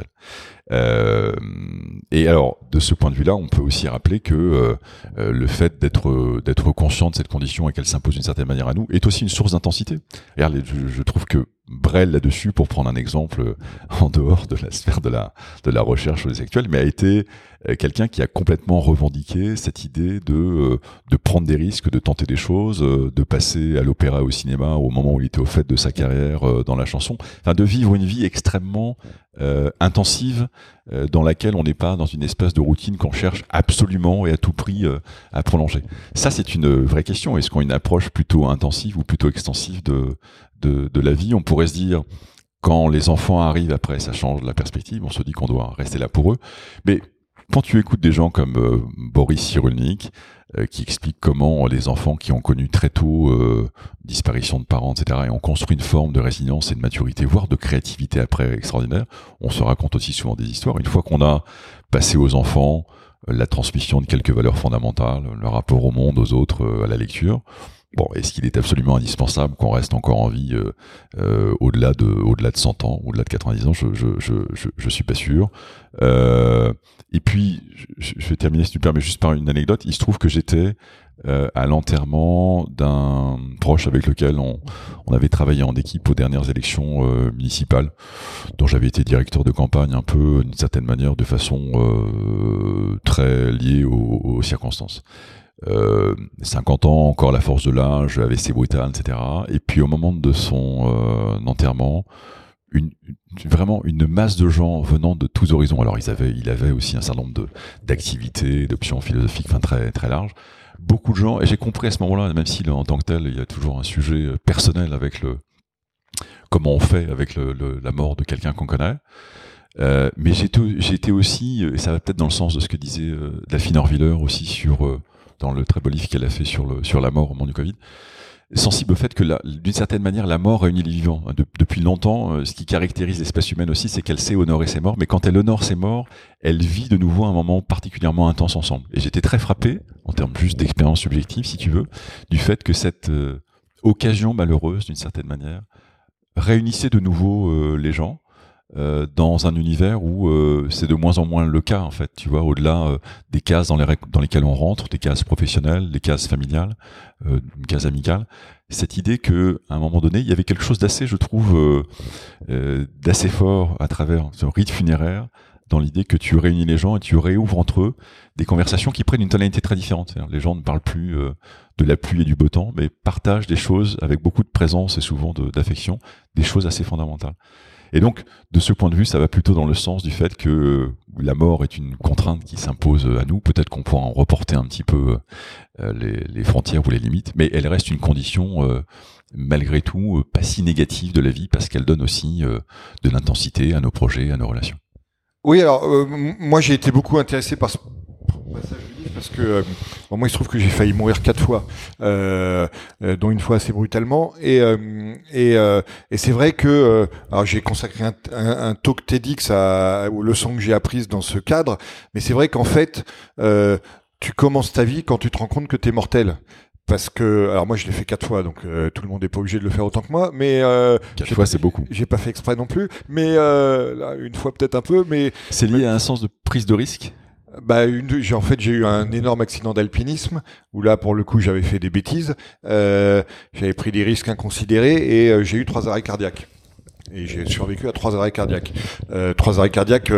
Speaker 3: Et alors, de ce point de vue-là, on peut aussi rappeler que le fait d'être conscient de cette condition et qu'elle s'impose d'une certaine manière à nous est aussi une source d'intensité. Regarde, je trouve que Brel là-dessus, pour prendre un exemple en dehors de la sphère de la recherche actuelle, mais a été quelqu'un qui a complètement revendiqué cette idée de prendre des risques, de tenter des choses, de passer à l'opéra, au cinéma au moment où il était au fait de sa carrière dans la chanson, enfin de vivre une vie extrêmement intensive dans laquelle on n'est pas dans une espèce de routine qu'on cherche absolument et à tout prix à prolonger. Ça, c'est une vraie question. Est-ce qu'on a une approche plutôt intensive ou plutôt extensive de la vie? On pourrait se dire, quand les enfants arrivent après, ça change la perspective, on se dit qu'on doit rester là pour eux. Mais quand tu écoutes des gens comme Boris Cyrulnik, qui explique comment les enfants qui ont connu très tôt disparition de parents, etc., et ont construit une forme de résilience et de maturité, voire de créativité après extraordinaire, on se raconte aussi souvent des histoires. Une fois qu'on a passé aux enfants la transmission de quelques valeurs fondamentales, le rapport au monde, aux autres, à la lecture, bon, est-ce qu'il est absolument indispensable qu'on reste encore en vie au-delà de 100 ans, au-delà de 90 ans? Je suis pas sûr. Et puis, je vais terminer, si tu permets, juste par une anecdote. Il se trouve que j'étais à l'enterrement d'un proche avec lequel on avait travaillé en équipe aux dernières élections municipales, dont j'avais été directeur de campagne un peu, d'une certaine manière, de façon très liée aux circonstances. 50 ans, encore la force de l'âge, AVC brutal, etc. Et puis au moment de son enterrement, vraiment une masse de gens venant de tous horizons. Alors il avait aussi un certain nombre d'activités, d'options philosophiques, enfin très très larges. Beaucoup de gens, et j'ai compris à ce moment-là, même si en tant que tel, il y a toujours un sujet personnel avec comment on fait avec la mort de quelqu'un qu'on connaît. Mais j'étais aussi, et ça va peut-être dans le sens de ce que disait Delphine Orviller aussi dans le très beau livre qu'elle a fait sur la mort au moment du Covid, sensible au fait que d'une certaine manière la mort réunit les vivants. Depuis longtemps, ce qui caractérise l'espèce humaine aussi, c'est qu'elle sait honorer ses morts, mais quand elle honore ses morts, elle vit de nouveau un moment particulièrement intense ensemble. Et j'étais très frappé, en termes juste d'expérience subjective, si tu veux, du fait que cette occasion malheureuse, d'une certaine manière, réunissait de nouveau les gens, dans un univers où c'est de moins en moins le cas, en fait, tu vois, au-delà des cases dans lesquelles on rentre, des cases professionnelles, des cases familiales, une case amicale, cette idée que à un moment donné, il y avait quelque chose d'assez, je trouve, d'assez fort à travers ce rite funéraire, dans l'idée que tu réunis les gens et tu réouvres entre eux des conversations qui prennent une tonalité très différente. C'est-à-dire, les gens ne parlent plus de la pluie et du beau temps, mais partagent des choses avec beaucoup de présence et souvent d'affection, des choses assez fondamentales. Et donc, de ce point de vue, ça va plutôt dans le sens du fait que la mort est une contrainte qui s'impose à nous. Peut-être qu'on pourra en reporter un petit peu les frontières ou les limites, mais elle reste une condition, malgré tout, pas si négative de la vie, parce qu'elle donne aussi de l'intensité à nos projets, à nos relations.
Speaker 2: Oui, alors moi j'ai été beaucoup intéressé par ce passage du livre parce que moi il se trouve que j'ai failli mourir 4 fois, dont une fois assez brutalement, et c'est vrai que alors j'ai consacré un talk TEDx aux leçons que j'ai apprises dans ce cadre, mais c'est vrai qu'en fait tu commences ta vie quand tu te rends compte que t'es mortel. Parce que, alors moi je l'ai fait 4 fois, donc tout le monde n'est pas obligé de le faire autant que moi, mais
Speaker 3: 4 fois c'est beaucoup.
Speaker 2: J'ai pas fait exprès non plus, mais là, une fois peut-être un peu, mais
Speaker 3: c'est lié à un sens de prise de risque.
Speaker 2: J'ai eu un énorme accident d'alpinisme où là pour le coup j'avais fait des bêtises, j'avais pris des risques inconsidérés et j'ai eu 3 arrêts cardiaques. Et j'ai survécu à 3 arrêts cardiaques. 3 arrêts cardiaques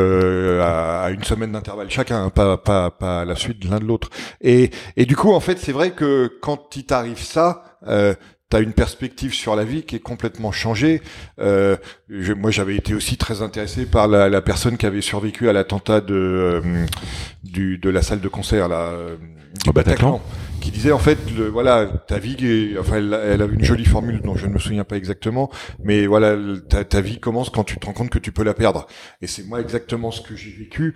Speaker 2: à une semaine d'intervalle chacun, hein, pas à la suite de l'un de l'autre. Et du coup, en fait, c'est vrai que quand il t'arrive ça, t'as une perspective sur la vie qui est complètement changée. Moi, j'avais été aussi très intéressé par la personne qui avait survécu à l'attentat de la salle de concert là, du Bataclan, qui disait en fait, voilà, ta vie, elle avait une jolie formule dont je ne me souviens pas exactement, mais voilà, ta vie commence quand tu te rends compte que tu peux la perdre. Et c'est moi exactement ce que j'ai vécu.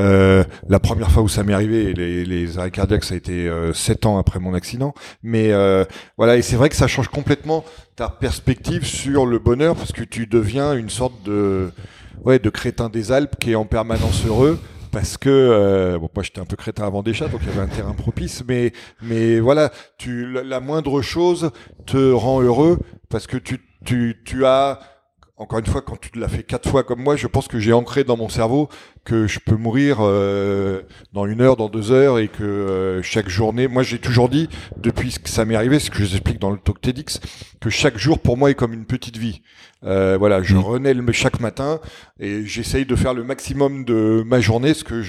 Speaker 2: La première fois où ça m'est arrivé, les arrêts cardiaques, ça a été 7 ans après mon accident. Mais voilà, et c'est vrai que ça change complètement ta perspective sur le bonheur, parce que tu deviens une sorte de crétin des Alpes qui est en permanence heureux. Parce que moi j'étais un peu crétin avant des chats, donc il y avait un terrain propice, mais voilà, la moindre chose te rend heureux parce que tu as, encore une fois, quand tu l'as fait 4 fois comme moi, je pense que j'ai ancré dans mon cerveau que je peux mourir dans 1 heure, dans 2 heures, et que chaque journée, moi j'ai toujours dit, depuis que ça m'est arrivé, ce que je vous explique dans le talk TEDx, que chaque jour pour moi est comme une petite vie. Voilà, je renais chaque matin et j'essaye de faire le maximum de ma journée, ce que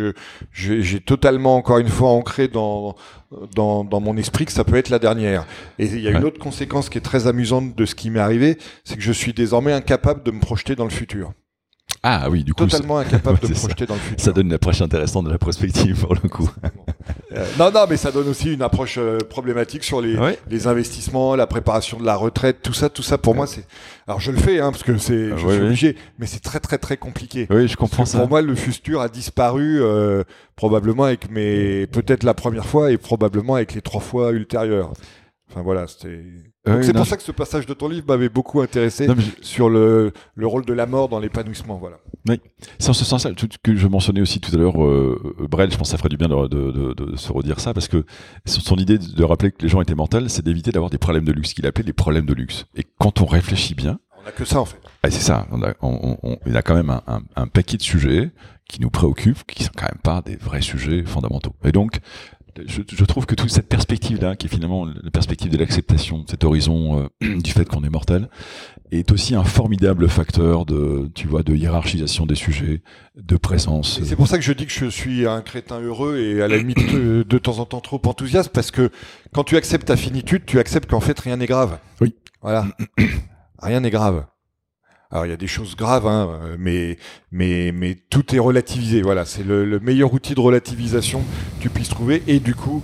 Speaker 2: j'ai totalement, encore une fois, ancré dans mon esprit que ça peut être la dernière. Et il y a une autre conséquence qui est très amusante de ce qui m'est arrivé, c'est que je suis désormais incapable de me projeter dans le futur.
Speaker 3: Ah oui, du coup,
Speaker 2: totalement incapable de me projeter dans le futur.
Speaker 3: Ça donne une approche intéressante de la prospective pour le coup.
Speaker 2: Non, mais ça donne aussi une approche problématique sur les investissements, la préparation de la retraite, tout ça pour moi c'est. Alors je le fais parce que je suis obligé, mais c'est très très très compliqué.
Speaker 3: Oui, je comprends ça.
Speaker 2: Pour moi, le futur a disparu probablement avec peut-être la première fois et probablement avec les 3 fois ultérieures. Enfin voilà, c'était. Donc c'est pour ça que ce passage de ton livre m'avait beaucoup intéressé sur le rôle de la mort dans l'épanouissement, voilà.
Speaker 3: Oui, c'est en ce sens-là que je mentionnais aussi tout à l'heure, Brel, je pense que ça ferait du bien de se redire ça, parce que son idée de rappeler que les gens étaient mortels, c'est d'éviter d'avoir des problèmes de luxe, qu'il appelait les problèmes de luxe. Et quand on réfléchit bien...
Speaker 2: On n'a que ça en fait.
Speaker 3: C'est ça, il y a quand même un paquet de sujets qui nous préoccupent, qui sont quand même pas des vrais sujets fondamentaux. Et donc, je trouve que toute cette perspective-là, qui est finalement la perspective de l'acceptation, cet horizon du fait qu'on est mortel, est aussi un formidable facteur de hiérarchisation des sujets, de présence.
Speaker 2: Et c'est pour ça que je dis que je suis un crétin heureux et à la limite de temps en temps trop enthousiaste, parce que quand tu acceptes ta finitude, tu acceptes qu'en fait rien n'est grave.
Speaker 3: Oui.
Speaker 2: Voilà. Rien n'est grave. Alors il y a des choses graves, mais tout est relativisé. Voilà, c'est le meilleur outil de relativisation que tu puisses trouver, et du coup,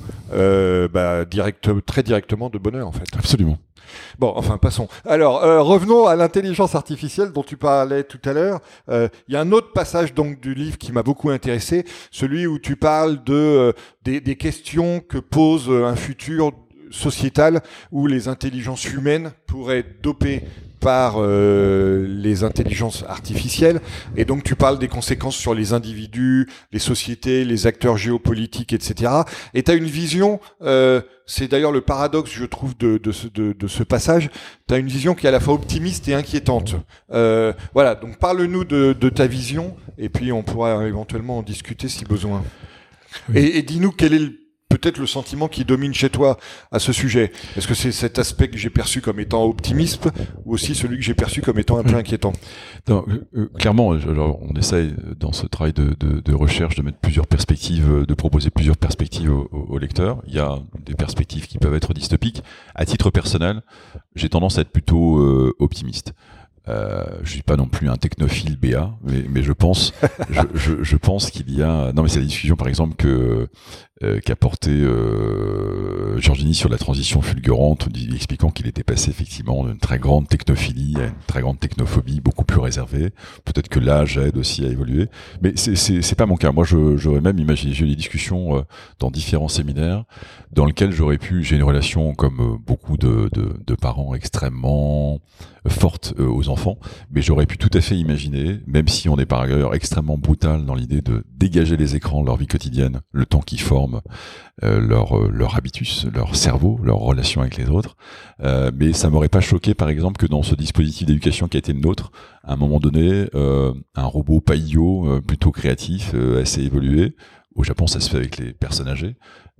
Speaker 2: très directement de bonheur en fait.
Speaker 3: Absolument.
Speaker 2: Bon, enfin, passons. Alors, revenons à l'intelligence artificielle dont tu parlais tout à l'heure. Il y a un autre passage donc du livre qui m'a beaucoup intéressé, celui où tu parles des questions que pose un futur sociétal où les intelligences humaines pourraient être dopées par les intelligences artificielles, et donc tu parles des conséquences sur les individus, les sociétés, les acteurs géopolitiques, etc. Et tu as une vision, c'est d'ailleurs le paradoxe, je trouve, de ce passage, tu as une vision qui est à la fois optimiste et inquiétante. Voilà, donc parle-nous de ta vision, et puis on pourra éventuellement en discuter si besoin. Oui. Et dis-nous quel est peut-être le sentiment qui domine chez toi à ce sujet. Est-ce que c'est cet aspect que j'ai perçu comme étant optimiste, ou aussi celui que j'ai perçu comme étant un peu inquiétant?
Speaker 3: Non, clairement, alors, on essaye dans ce travail de recherche de mettre plusieurs perspectives, de proposer plusieurs perspectives aux lecteurs. Il y a des perspectives qui peuvent être dystopiques. À titre personnel, j'ai tendance à être plutôt optimiste. Je suis pas non plus un technophile BA, mais je pense qu'il y a. Non, mais c'est la discussion, par exemple, que qu'a porté Giorgini sur la transition fulgurante, expliquant qu'il était passé effectivement d'une très grande technophilie à une très grande technophobie, beaucoup plus réservée. Peut-être que l'âge aide aussi à évoluer, mais c'est pas mon cas. Moi, j'aurais même imaginé, j'ai eu des discussions dans différents séminaires dans lesquels j'ai une relation comme beaucoup de parents extrêmement forte aux enfants, mais j'aurais pu tout à fait imaginer, même si on est par ailleurs extrêmement brutal dans l'idée de dégager les écrans de leur vie quotidienne, le temps qu'ils forment leur habitus, leur cerveau, leur relation avec les autres, mais ça m'aurait pas choqué par exemple que dans ce dispositif d'éducation qui a été le nôtre, à un moment donné, un robot pas idiot, plutôt créatif, assez évolué, au Japon ça se fait avec les personnes âgées,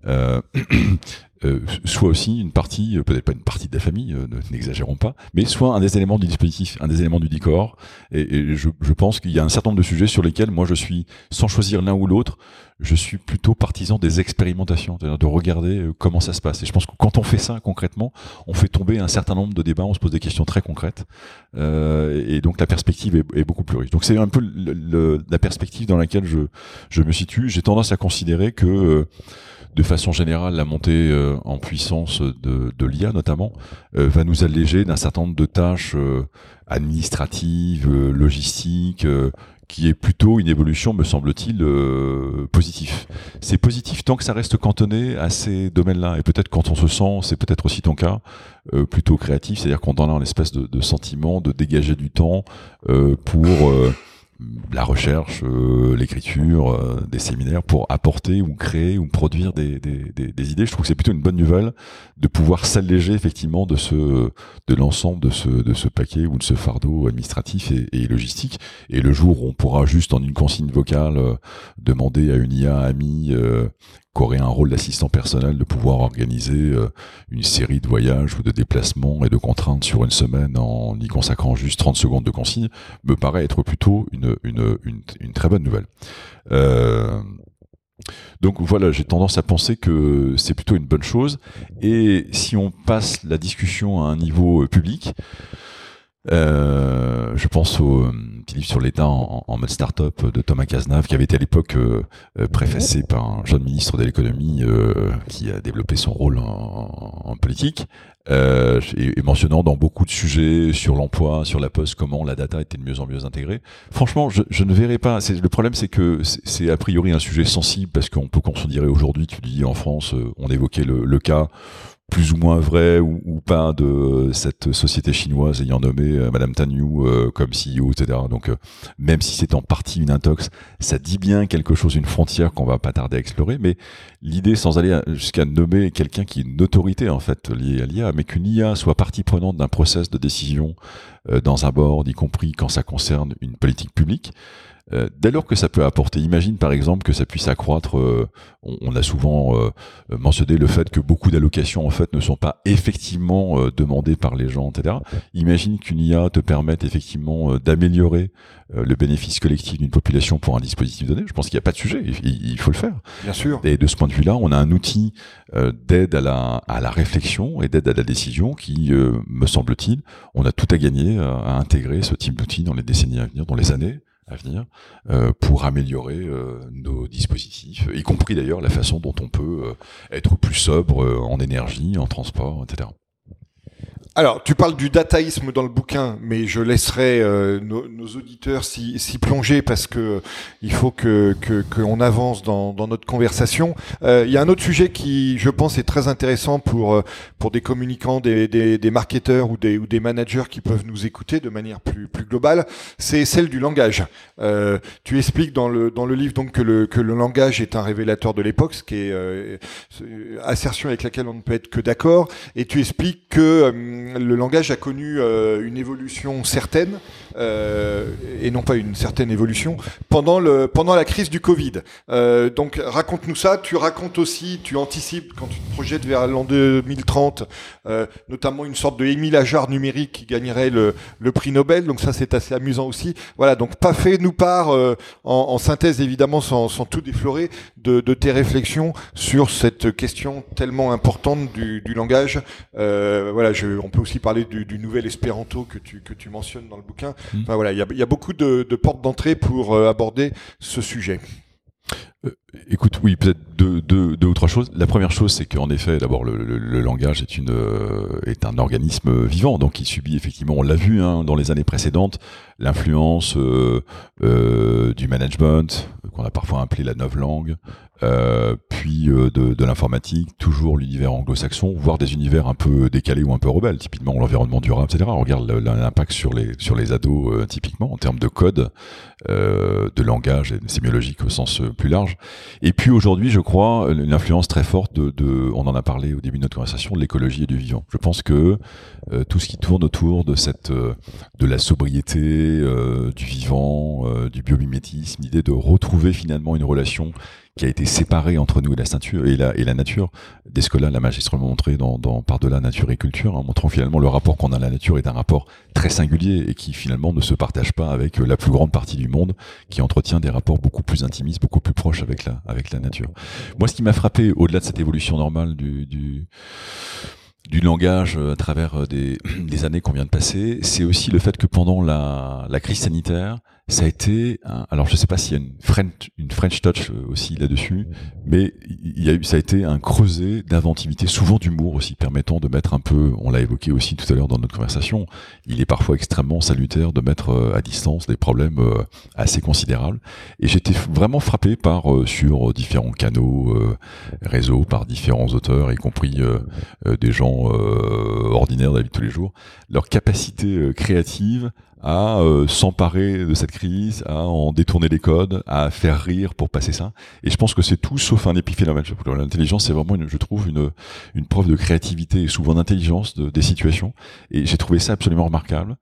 Speaker 3: soit aussi une partie, peut-être pas une partie de la famille, n'exagérons pas, mais soit un des éléments du dispositif, un des éléments du décor. Et je pense qu'il y a un certain nombre de sujets sur lesquels moi je suis, sans choisir l'un ou l'autre, je suis plutôt partisan des expérimentations, c'est-à-dire de regarder comment ça se passe. Et je pense que quand on fait ça concrètement, on fait tomber un certain nombre de débats, on se pose des questions très concrètes, et donc la perspective est beaucoup plus riche. Donc c'est un peu la perspective dans laquelle je me situe. J'ai tendance à considérer que de façon générale, la montée en puissance de l'IA notamment va nous alléger d'un certain nombre de tâches administratives, logistiques, qui est plutôt une évolution, me semble-t-il, positive. C'est positif tant que ça reste cantonné à ces domaines-là. Et peut-être quand on se sent, c'est peut-être aussi ton cas, plutôt créatif, c'est-à-dire qu'on a un espèce de sentiment de dégager du temps pour la recherche, l'écriture, des séminaires pour apporter ou créer ou produire des idées. Je trouve que c'est plutôt une bonne nouvelle de pouvoir s'alléger effectivement de l'ensemble de ce paquet ou de ce fardeau administratif et logistique. Et le jour où on pourra juste en une consigne vocale demander à une IA amie qui aurait un rôle d'assistant personnel de pouvoir organiser une série de voyages ou de déplacements et de contraintes sur une semaine en y consacrant juste 30 secondes de consigne, me paraît être plutôt une très bonne nouvelle. Donc voilà, j'ai tendance à penser que c'est plutôt une bonne chose. Et si on passe la discussion à un niveau public, je pense au petit livre sur l'État en mode start-up de Thomas Cazenave, qui avait été à l'époque préfacé par un jeune ministre de l'économie qui a développé son rôle en politique, et mentionnant dans beaucoup de sujets sur l'emploi, sur la poste, comment la data était de mieux en mieux intégrée. Franchement, je ne verrai pas. Le problème, c'est que c'est a priori un sujet sensible, parce qu'on peut considérer aujourd'hui, tu dis en France, on évoquait le cas plus ou moins vrai ou pas de cette société chinoise ayant nommé Madame Tan Yu comme CEO, etc. Donc même si c'est en partie une intox, ça dit bien quelque chose, une frontière qu'on va pas tarder à explorer. Mais l'idée, sans aller jusqu'à nommer quelqu'un qui est une autorité en fait liée à l'IA, mais qu'une IA soit partie prenante d'un process de décision dans un board, y compris quand ça concerne une politique publique, dès lors que ça peut apporter, imagine par exemple que ça puisse accroître, on a souvent mentionné le fait que beaucoup d'allocations en fait ne sont pas effectivement demandées par les gens, etc. Imagine qu'une IA te permette effectivement d'améliorer le bénéfice collectif d'une population pour un dispositif donné. Je pense qu'il n'y a pas de sujet, il faut le faire.
Speaker 2: Bien sûr.
Speaker 3: Et de ce point de vue-là, on a un outil d'aide à la réflexion et d'aide à la décision qui, me semble-t-il, on a tout à gagner à intégrer ce type d'outil dans les décennies à venir, dans les années à venir, pour améliorer nos dispositifs, y compris d'ailleurs la façon dont on peut être plus sobre en énergie, en transport, etc.
Speaker 2: Alors, tu parles du dataïsme dans le bouquin, mais je laisserai nos auditeurs s'y plonger parce que il faut qu'on avance dans notre conversation. Il y a un autre sujet qui, je pense, est très intéressant pour des communicants, des marketeurs ou des managers qui peuvent nous écouter de manière plus globale. C'est celle du langage. Tu expliques dans le livre donc que le langage est un révélateur de l'époque, ce qui est assertion avec laquelle on ne peut être que d'accord. Et tu expliques que le langage a connu une évolution certaine, et non pas une certaine évolution, pendant la crise du Covid. Donc raconte-nous ça. Tu racontes aussi, tu anticipes quand tu te projettes vers l'an 2030, notamment une sorte de Émile Ajar numérique qui gagnerait le prix Nobel. Donc ça, c'est assez amusant aussi. Voilà, donc fais-nous part en synthèse, évidemment, sans tout déflorer, de tes réflexions sur cette question tellement importante du langage. Voilà, on peut aussi parler du nouvel espéranto que tu mentionnes dans le bouquin. Enfin voilà, il y a beaucoup de portes d'entrée pour aborder ce sujet.
Speaker 3: Écoute, oui, peut-être deux ou trois choses. La première chose, c'est qu'en effet, d'abord, le langage est un organisme vivant, donc il subit effectivement, on l'a vu dans les années précédentes, l'influence du management, qu'on a parfois appelé la novlangue, puis de l'informatique, toujours l'univers anglo-saxon, voire des univers un peu décalés ou un peu rebelles, typiquement l'environnement durable, etc. On regarde l'impact sur les ados, typiquement, en termes de code, de langage et de sémiologique au sens plus large. Et puis aujourd'hui, je crois, une influence très forte on en a parlé au début de notre conversation, de l'écologie et du vivant. Je pense que tout ce qui tourne autour de la sobriété, du vivant, du biomimétisme, l'idée de retrouver finalement une relation qui a été séparée entre nous et la nature. Descola l'a magistralement montré dans Par-delà nature et culture, montrant finalement le rapport qu'on a à la nature est un rapport très singulier et qui finalement ne se partage pas avec la plus grande partie du monde, qui entretient des rapports beaucoup plus intimistes, beaucoup plus proches avec la nature. Moi, ce qui m'a frappé, au-delà de cette évolution normale du langage à travers des années qu'on vient de passer, c'est aussi le fait que pendant la crise sanitaire, ça a été alors je sais pas s'il y a une French touch aussi là-dessus, mais ça a été un creuset d'inventivité, souvent d'humour aussi, permettant de mettre un peu, on l'a évoqué aussi tout à l'heure dans notre conversation, il est parfois extrêmement salutaire de mettre à distance des problèmes assez considérables. Et j'étais vraiment frappé sur différents canaux, réseaux, par différents auteurs, y compris des gens ordinaires de la vie de tous les jours, leur capacité créative à s'emparer de cette crise, à en détourner les codes, à faire rire pour passer ça. Et je pense que c'est tout sauf un épiphénomène. L'intelligence, c'est vraiment, je trouve, une preuve de créativité et souvent d'intelligence des situations. Et j'ai trouvé ça absolument remarquable.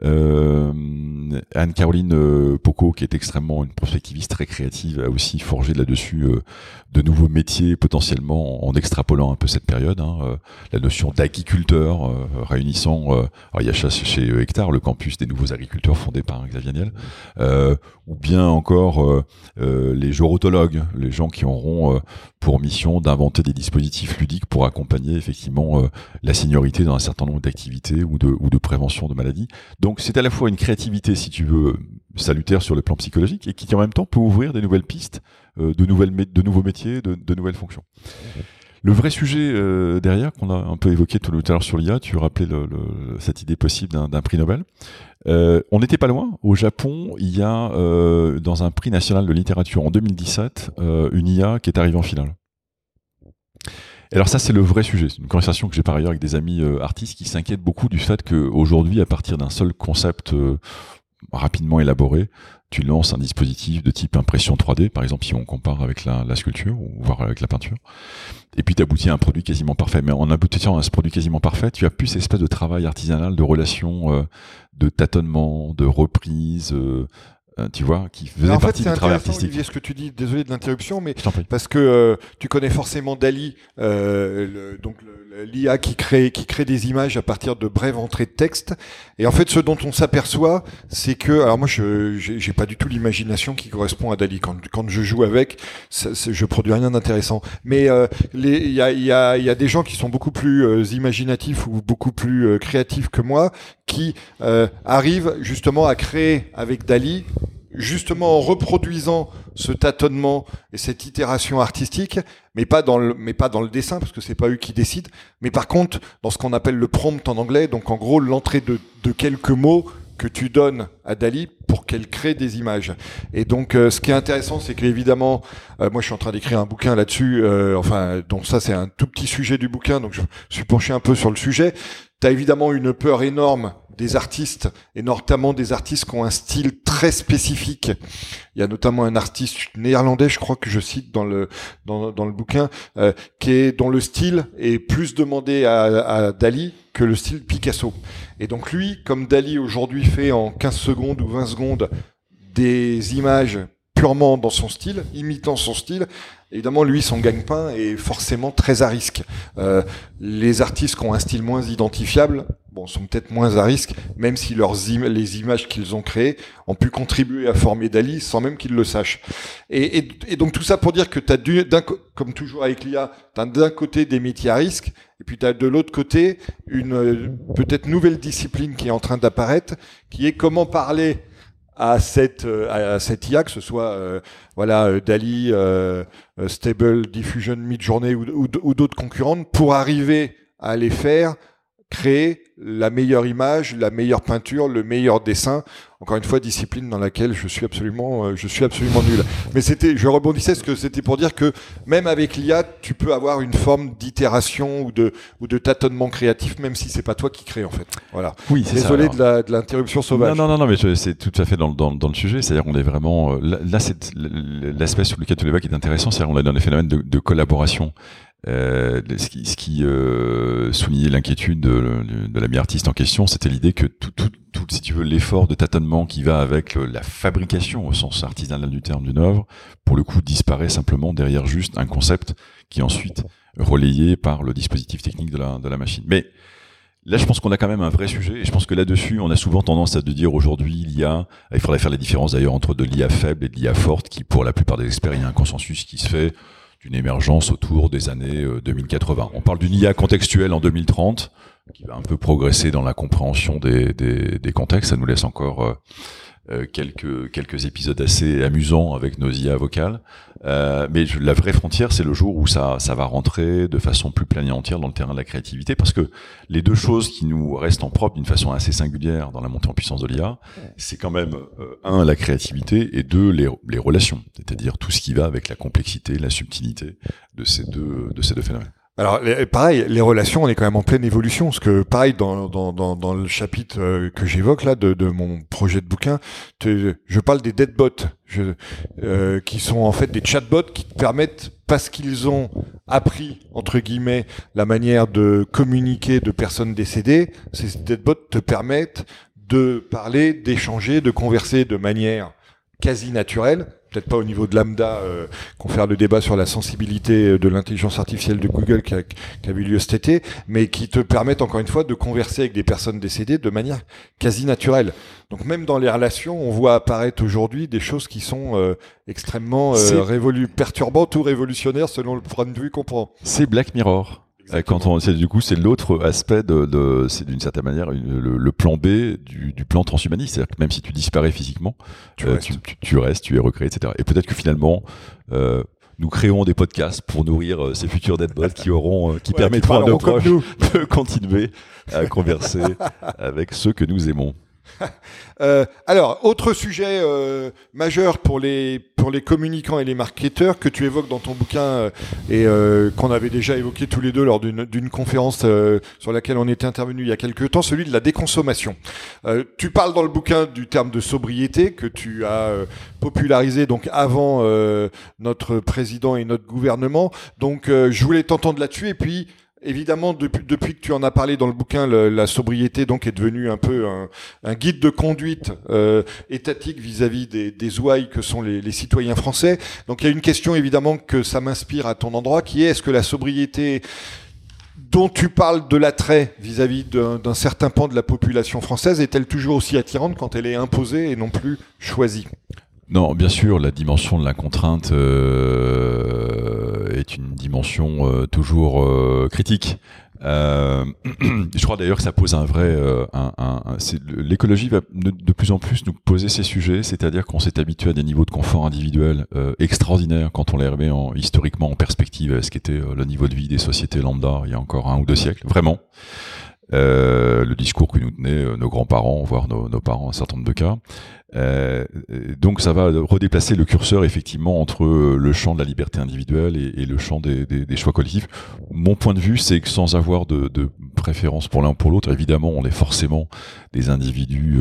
Speaker 3: Anne-Caroline Pocot, qui est extrêmement une prospectiviste très créative, a aussi forgé là-dessus de nouveaux métiers potentiellement en extrapolant un peu cette période. La notion d'agriculteur réunissant, alors il y a chez Hectare, le campus des nouveaux agriculteurs fondé par Xavier Niel, ou bien encore les jorotologues, les gens qui auront pour mission d'inventer des dispositifs ludiques pour accompagner effectivement la seniorité dans un certain nombre d'activités ou de prévention de maladies. Donc c'est à la fois une créativité, si tu veux, salutaire sur le plan psychologique et qui en même temps peut ouvrir des nouvelles pistes, de nouveaux métiers, de nouvelles fonctions. Le vrai sujet derrière, qu'on a un peu évoqué tout à l'heure sur l'IA, tu rappelais cette idée possible d'un prix Nobel. On n'était pas loin. Au Japon, il y a, dans un prix national de littérature en 2017, une IA qui est arrivée en finale. Alors ça, c'est le vrai sujet. C'est une conversation que j'ai par ailleurs avec des amis artistes qui s'inquiètent beaucoup du fait qu'aujourd'hui, à partir d'un seul concept rapidement élaboré, tu lances un dispositif de type impression 3D, par exemple si on compare avec la sculpture ou voire avec la peinture, et puis tu aboutis à un produit quasiment parfait. Mais en aboutissant à ce produit quasiment parfait, tu as plus cette espèce de travail artisanal, de relation, de tâtonnement, de reprise, tu vois, qui faisait partie du travail artistique.
Speaker 2: Olivier, ce que tu dis, désolé de l'interruption, mais parce que tu connais forcément DALL-E, donc l'IA qui crée des images à partir de brèves entrées de texte. Et en fait, ce dont on s'aperçoit, c'est que, alors moi, j'ai pas du tout l'imagination qui correspond à DALL-E. Quand je joue avec, je produis rien d'intéressant. Mais il y a des gens qui sont beaucoup plus imaginatifs ou beaucoup plus créatifs que moi, qui arrivent justement à créer avec DALL-E, justement en reproduisant ce tâtonnement et cette itération artistique, mais pas dans le dessin, parce que c'est pas eux qui décident, mais par contre dans ce qu'on appelle le prompt en anglais, donc en gros l'entrée de quelques mots que tu donnes à DALL-E pour qu'elle crée des images. Et donc ce qui est intéressant, c'est qu'évidemment, moi je suis en train d'écrire un bouquin là-dessus, donc ça c'est un tout petit sujet du bouquin, donc je suis penché un peu sur le sujet. T'as évidemment une peur énorme des artistes, et notamment des artistes qui ont un style très spécifique. Il y a notamment un artiste néerlandais, je crois que je cite dans le bouquin, dont le style est plus demandé à DALL-E que le style Picasso. Et donc lui, comme DALL-E aujourd'hui fait en 15 secondes ou 20 secondes des images purement dans son style, imitant son style, évidemment, lui, son gagne-pain est forcément très à risque. Les artistes qui ont un style moins identifiable, sont peut-être moins à risque, même si les images qu'ils ont créées ont pu contribuer à former DALL-E sans même qu'ils le sachent. Et donc tout ça pour dire que t'as comme toujours avec l'IA, t'as d'un côté des métiers à risque, et puis t'as de l'autre côté une peut-être nouvelle discipline qui est en train d'apparaître, qui est comment parler à cette IA, que ce soit DALL-E, Stable Diffusion Midjourney ou d'autres concurrentes, pour arriver à les faire créer la meilleure image, la meilleure peinture, le meilleur dessin. Encore une fois, discipline dans laquelle je suis absolument nul. Mais je rebondissais parce que c'était pour dire que même avec l'IA, tu peux avoir une forme d'itération ou de tâtonnement créatif, même si c'est pas toi qui crée en fait. Voilà.
Speaker 3: Oui, c'est
Speaker 2: désolé
Speaker 3: ça,
Speaker 2: de l'interruption sauvage.
Speaker 3: Non, mais c'est tout à fait dans le sujet. C'est-à-dire qu'on est vraiment là, c'est l'aspect sur lequel tu l'évoques qui est intéressant. C'est-à-dire qu'on est dans des phénomènes de collaboration. Ce qui soulignait l'inquiétude de l'ami artiste en question, c'était l'idée que tout, si tu veux, l'effort de tâtonnement qui va avec la fabrication au sens artisanal du terme d'une œuvre, pour le coup, disparaît simplement derrière juste un concept qui est ensuite relayé par le dispositif technique de la machine. Mais là, je pense qu'on a quand même un vrai sujet, et je pense que là-dessus, on a souvent tendance à dire aujourd'hui, il faudrait faire la différence d'ailleurs entre de l'IA faible et de l'IA forte, qui pour la plupart des experts, il y a un consensus qui se fait d'une émergence autour des années 2080. On parle d'une IA contextuelle en 2030, qui va un peu progresser dans la compréhension des contextes. Ça nous laisse encore quelques épisodes assez amusants avec nos IA vocales. Mais la vraie frontière, c'est le jour où ça va rentrer de façon plus pleine et entière dans le terrain de la créativité, parce que les deux choses qui nous restent en propre d'une façon assez singulière dans la montée en puissance de l'IA, c'est quand même un, la créativité, et deux, les relations, c'est-à-dire tout ce qui va avec la complexité, la subtilité de ces deux phénomènes.
Speaker 2: Alors, pareil, les relations, on est quand même en pleine évolution, parce que pareil, dans le chapitre que j'évoque là de mon projet de bouquin, je parle des deadbots, qui sont en fait des chatbots qui te permettent, parce qu'ils ont appris entre guillemets la manière de communiquer de personnes décédées, ces deadbots te permettent de parler, d'échanger, de converser de manière quasi naturelle. Peut-être pas au niveau de lambda, qu'on fait le débat sur la sensibilité de l'intelligence artificielle de Google qui a eu lieu cet été, mais qui te permettent encore une fois de converser avec des personnes décédées de manière quasi naturelle. Donc même dans les relations, on voit apparaître aujourd'hui des choses qui sont extrêmement perturbantes ou révolutionnaires selon le point de vue qu'on prend.
Speaker 3: C'est Black Mirror. C'est l'autre aspect c'est d'une certaine manière le plan B du plan transhumaniste, c'est-à-dire que même si tu disparais physiquement, tu restes, tu es recréé, etc. Et peut-être que finalement, nous créons des podcasts pour nourrir ces futurs deadbots qui permettront à nos proches de continuer à converser avec ceux que nous aimons.
Speaker 2: Alors, autre sujet majeur pour les communicants et les marketeurs que tu évoques dans ton bouquin et qu'on avait déjà évoqué tous les deux lors d'une conférence sur laquelle on était intervenu il y a quelques temps, celui de la déconsommation. Tu parles dans le bouquin du terme de sobriété que tu as popularisé donc avant notre président et notre gouvernement. Donc, je voulais t'entendre là-dessus et puis évidemment, depuis que tu en as parlé dans le bouquin, la sobriété donc est devenue un peu un guide de conduite étatique vis-à-vis des ouailles que sont les citoyens français. Donc il y a une question évidemment que ça m'inspire à ton endroit, qui est-ce que la sobriété dont tu parles de l'attrait vis-à-vis d'un certain pan de la population française est-elle toujours aussi attirante quand elle est imposée et non plus choisie ?
Speaker 3: Non, bien sûr, la dimension de la contrainte est une dimension toujours critique. Je crois d'ailleurs que ça pose un vrai... l'écologie va de plus en plus nous poser ces sujets, c'est-à-dire qu'on s'est habitué à des niveaux de confort individuel extraordinaires quand on les remet historiquement en perspective à ce qu'était le niveau de vie des sociétés lambda il y a encore 1 ou 2 siècles, vraiment. Le discours que nous tenaient nos grands-parents, voire nos parents, un certain nombre de cas. Donc ça va redéplacer le curseur effectivement entre le champ de la liberté individuelle et le champ des choix collectifs. Mon point de vue, c'est que sans avoir de préférence pour l'un ou pour l'autre, évidemment, on est forcément des individus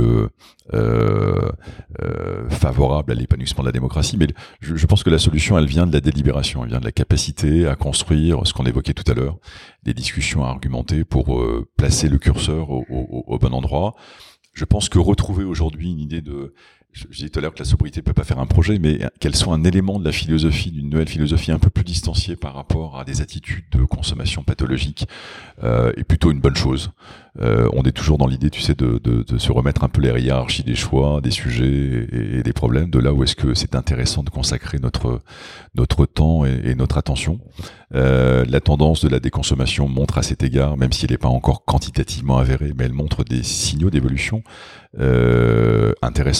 Speaker 3: favorables à l'épanouissement de la démocratie, mais je pense que la solution, elle vient de la délibération, elle vient de la capacité à construire ce qu'on évoquait tout à l'heure, des discussions à argumenter pour placer le curseur au bon endroit. Je pense que retrouver aujourd'hui une idée je disais tout à l'heure que la sobriété peut pas faire un projet, mais qu'elle soit un élément de la philosophie, d'une nouvelle philosophie un peu plus distanciée par rapport à des attitudes de consommation pathologique, est plutôt une bonne chose. On est toujours dans l'idée, tu sais, de se remettre un peu les hiérarchies des choix, des sujets et des problèmes, de là où est-ce que c'est intéressant de consacrer notre temps et notre attention. La tendance de la déconsommation montre à cet égard, même si elle n'est pas encore quantitativement avérée, mais elle montre des signaux d'évolution intéressants dans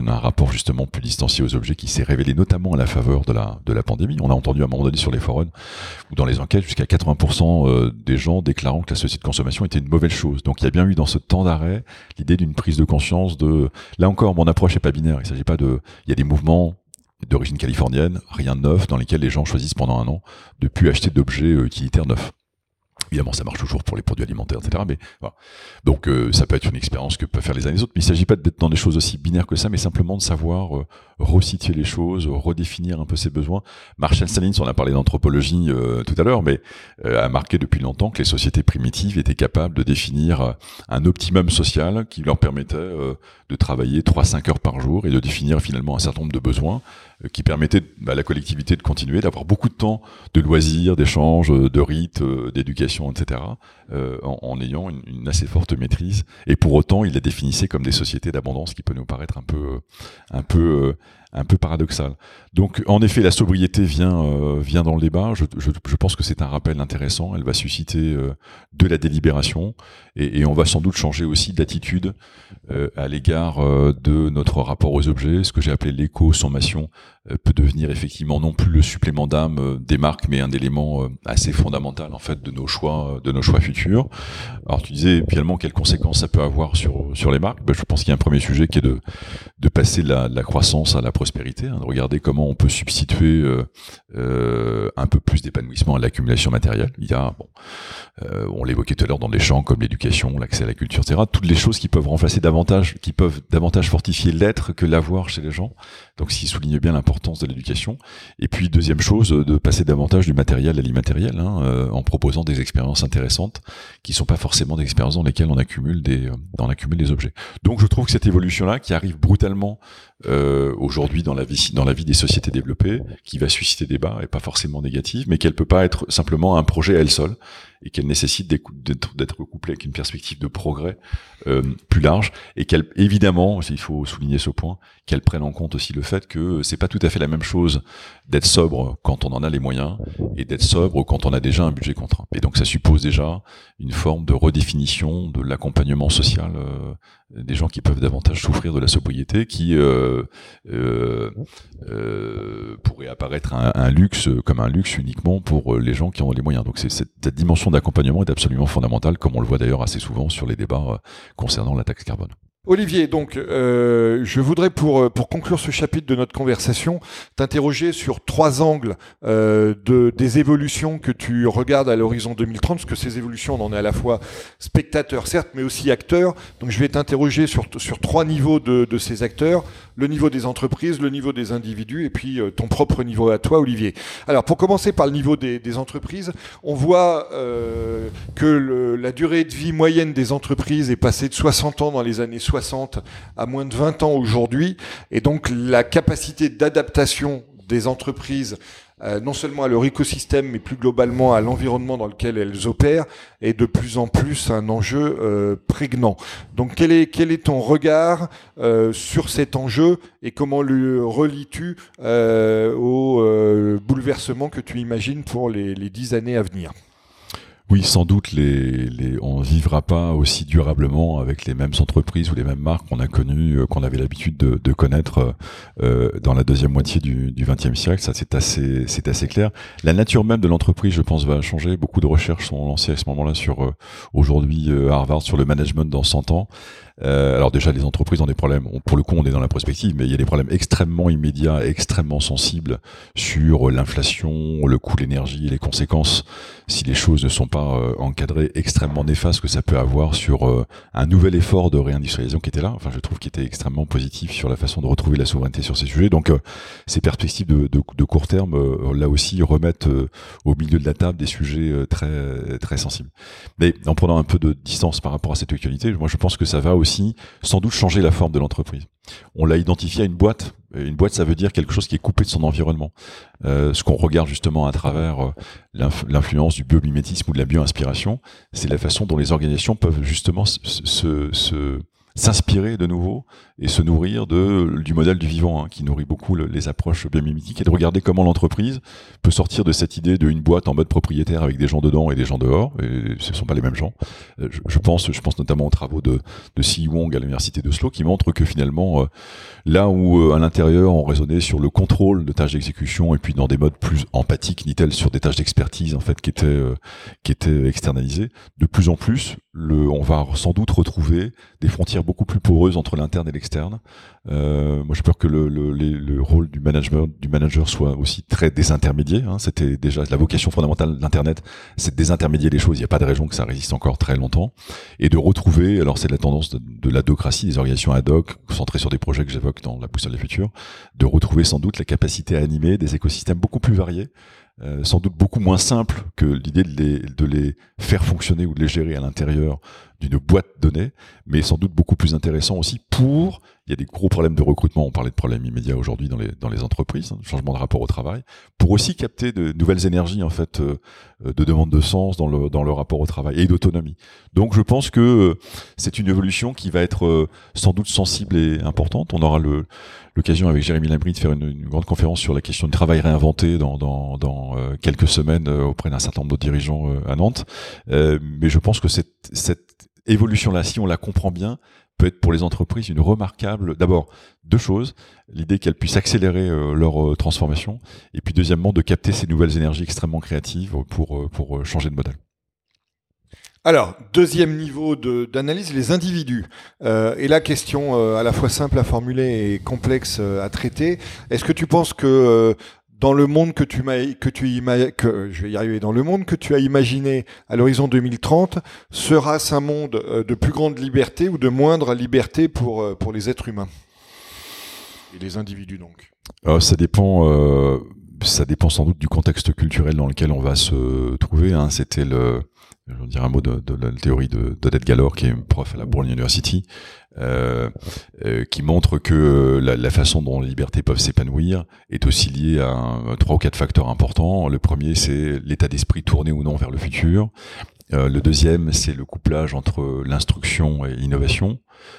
Speaker 3: un rapport justement plus distancié aux objets qui s'est révélé notamment à la faveur de la pandémie. On a entendu à un moment donné sur les forums ou dans les enquêtes jusqu'à 80% des gens déclarant que la société de consommation était une mauvaise chose. Donc il y a bien eu dans ce temps d'arrêt l'idée d'une prise de conscience de... Là encore, mon approche n'est pas binaire. Il s'agit pas de... Il y a des mouvements d'origine californienne, rien de neuf, dans lesquels les gens choisissent pendant un an de plus acheter d'objets utilitaires neufs. Évidemment, ça marche toujours pour les produits alimentaires, etc. Mais voilà. Donc, ça peut être une expérience que peuvent faire les uns et les autres. Mais il ne s'agit pas d'être dans des choses aussi binaires que ça, mais simplement de savoir resituer les choses, redéfinir un peu ses besoins. Marshall Salins, on a parlé d'anthropologie tout à l'heure, mais a marqué depuis longtemps que les sociétés primitives étaient capables de définir un optimum social qui leur permettait de travailler 3-5 heures par jour et de définir finalement un certain nombre de besoins qui permettaient à la collectivité de continuer, d'avoir beaucoup de temps de loisirs, d'échanges, de rites, d'éducation, etc., en ayant une assez forte maîtrise. Et pour autant, il la définissait comme des sociétés d'abondance, qui peut nous paraître un peu paradoxal. Donc, en effet, la sobriété vient dans le débat. Je pense que c'est un rappel intéressant. Elle va susciter de la délibération et on va sans doute changer aussi d'attitude à l'égard de notre rapport aux objets. Ce que j'ai appelé l'éco-sommation peut devenir effectivement non plus le supplément d'âme des marques, mais un élément assez fondamental en fait de nos choix futurs. Alors, tu disais également quelles conséquences ça peut avoir sur les marques. Je pense qu'il y a un premier sujet qui est de passer de la croissance à la prospérité, de regarder comment on peut substituer un peu plus d'épanouissement à l'accumulation matérielle. Il y a, on l'évoquait tout à l'heure dans des champs comme l'éducation, l'accès à la culture, etc. Toutes les choses qui peuvent remplacer davantage, qui peuvent davantage fortifier l'être que l'avoir chez les gens. Donc, s'il souligne bien l'importance de l'éducation. Et puis, deuxième chose, de passer davantage du matériel à l'immatériel, en proposant des expériences intéressantes qui sont pas forcément des expériences dans lesquelles on accumule des objets. Donc, je trouve que cette évolution-là, qui arrive brutalement aujourd'hui dans la vie des sociétés développées, qui va susciter débat, est pas forcément négative, mais qu'elle peut pas être simplement un projet à elle seule, et qu'elle nécessite d'être couplée avec une perspective de progrès plus large, et qu'elle, évidemment, il faut souligner ce point, qu'elle prenne en compte aussi le fait que c'est pas tout à fait la même chose d'être sobre quand on en a les moyens, et d'être sobre quand on a déjà un budget contraint. Et donc ça suppose déjà une forme de redéfinition de l'accompagnement social des gens qui peuvent davantage souffrir de la sobriété, qui pourrait apparaître un luxe comme un luxe uniquement pour les gens qui ont les moyens. Donc cette dimension d'accompagnement est absolument fondamentale, comme on le voit d'ailleurs assez souvent sur les débats concernant la taxe carbone.
Speaker 2: Olivier, donc je voudrais pour conclure ce chapitre de notre conversation t'interroger sur 3 angles des évolutions que tu regardes à l'horizon 2030, parce que ces évolutions, on en est à la fois spectateurs certes, mais aussi acteurs. Donc je vais t'interroger sur 3 niveaux de ces acteurs: le niveau des entreprises, le niveau des individus, et puis ton propre niveau à toi, Olivier. Alors pour commencer par le niveau des entreprises, on voit que la durée de vie moyenne des entreprises est passée de 60 ans dans les années 60 à moins de 20 ans aujourd'hui, et donc la capacité d'adaptation des entreprises non seulement à leur écosystème, mais plus globalement à l'environnement dans lequel elles opèrent, est de plus en plus un enjeu prégnant. Donc quel est ton regard sur cet enjeu, et comment le relis-tu au bouleversement que tu imagines pour les 10 années à venir ?
Speaker 3: Oui, sans doute, on ne vivra pas aussi durablement avec les mêmes entreprises ou les mêmes marques qu'on a connues, qu'on avait l'habitude de connaître dans la deuxième moitié du XXe siècle. Ça, c'est assez clair. La nature même de l'entreprise, je pense, va changer. Beaucoup de recherches sont lancées à ce moment-là sur aujourd'hui à Harvard sur le management dans 100 ans. Alors déjà, les entreprises ont des problèmes. Pour le coup, on est dans la prospective, mais il y a des problèmes extrêmement immédiats, extrêmement sensibles sur l'inflation, le coût de l'énergie et les conséquences, si les choses ne sont pas encadrées, extrêmement néfastes que ça peut avoir sur un nouvel effort de réindustrialisation qui était là. Enfin, je trouve qu'il était extrêmement positif sur la façon de retrouver la souveraineté sur ces sujets. Donc, ces perspectives de court terme, là aussi, remettent au milieu de la table des sujets très très sensibles. Mais en prenant un peu de distance par rapport à cette actualité, moi, je pense que ça va aussi sans doute changer la forme de l'entreprise. On l'a identifié à une boîte. Une boîte, ça veut dire quelque chose qui est coupé de son environnement. Ce qu'on regarde justement à travers l'influence du biomimétisme ou de la bio-inspiration, c'est la façon dont les organisations peuvent justement se s'inspirer de nouveau et se nourrir du modèle du vivant, qui nourrit beaucoup les approches biomimétiques, et de regarder comment l'entreprise peut sortir de cette idée d'une boîte en mode propriétaire avec des gens dedans et des gens dehors, et ce ne sont pas les mêmes gens. Je pense notamment aux travaux de Si Wong à l'université d'Oslo, qui montrent que finalement, là où à l'intérieur on raisonnait sur le contrôle de tâches d'exécution et puis dans des modes plus empathiques, ni-tel sur des tâches d'expertise en fait qui étaient externalisées, de plus en plus on va sans doute retrouver des frontières beaucoup plus poreuses entre l'interne et l'externe. Moi, j'ai peur que le rôle du manager soit aussi très désintermédié. C'était déjà la vocation fondamentale d'Internet, c'est de désintermédier les choses. Il n'y a pas de raison que ça résiste encore très longtemps. Et de retrouver, alors c'est la tendance de l'adocratie, des organisations ad hoc, centrées sur des projets que j'évoque dans la boussole des futurs, de retrouver sans doute la capacité à animer des écosystèmes beaucoup plus variés, sans doute beaucoup moins simple que l'idée de les faire fonctionner ou de les gérer à l'intérieur d'une boîte donnée, mais sans doute beaucoup plus intéressant aussi il y a des gros problèmes de recrutement, on parlait de problèmes immédiats aujourd'hui dans les entreprises, changement de rapport au travail, pour aussi capter de nouvelles énergies en fait, de demande de sens dans le rapport au travail et d'autonomie. Donc je pense que c'est une évolution qui va être sans doute sensible et importante. On aura l'occasion avec Jérémy Labrie de faire une grande conférence sur la question du travail réinventé dans quelques semaines auprès d'un certain nombre de dirigeants à Nantes. Mais je pense que cette évolution-là, si on la comprend bien, peut être pour les entreprises une remarquable, d'abord, deux choses, l'idée qu'elles puissent accélérer leur transformation, et puis deuxièmement, de capter ces nouvelles énergies extrêmement créatives pour changer de modèle.
Speaker 2: Alors, deuxième niveau d'analyse, les individus. Et la question à la fois simple à formuler et complexe à traiter. Est-ce que tu penses que dans le monde dans le monde que tu as imaginé à l'horizon 2030, sera-ce un monde de plus grande liberté ou de moindre liberté pour les êtres humains et les individus donc?
Speaker 3: Ça dépend sans doute du contexte culturel dans lequel on va se trouver. C'était je vais dire un mot de la théorie d'Odette Gallor, qui est prof à la Brown University, qui montre que la façon dont les libertés peuvent s'épanouir est aussi liée à 3 ou 4 facteurs importants. Le premier, c'est l'état d'esprit tourné ou non vers le futur. Le deuxième, c'est le couplage entre l'instruction et l'innovation.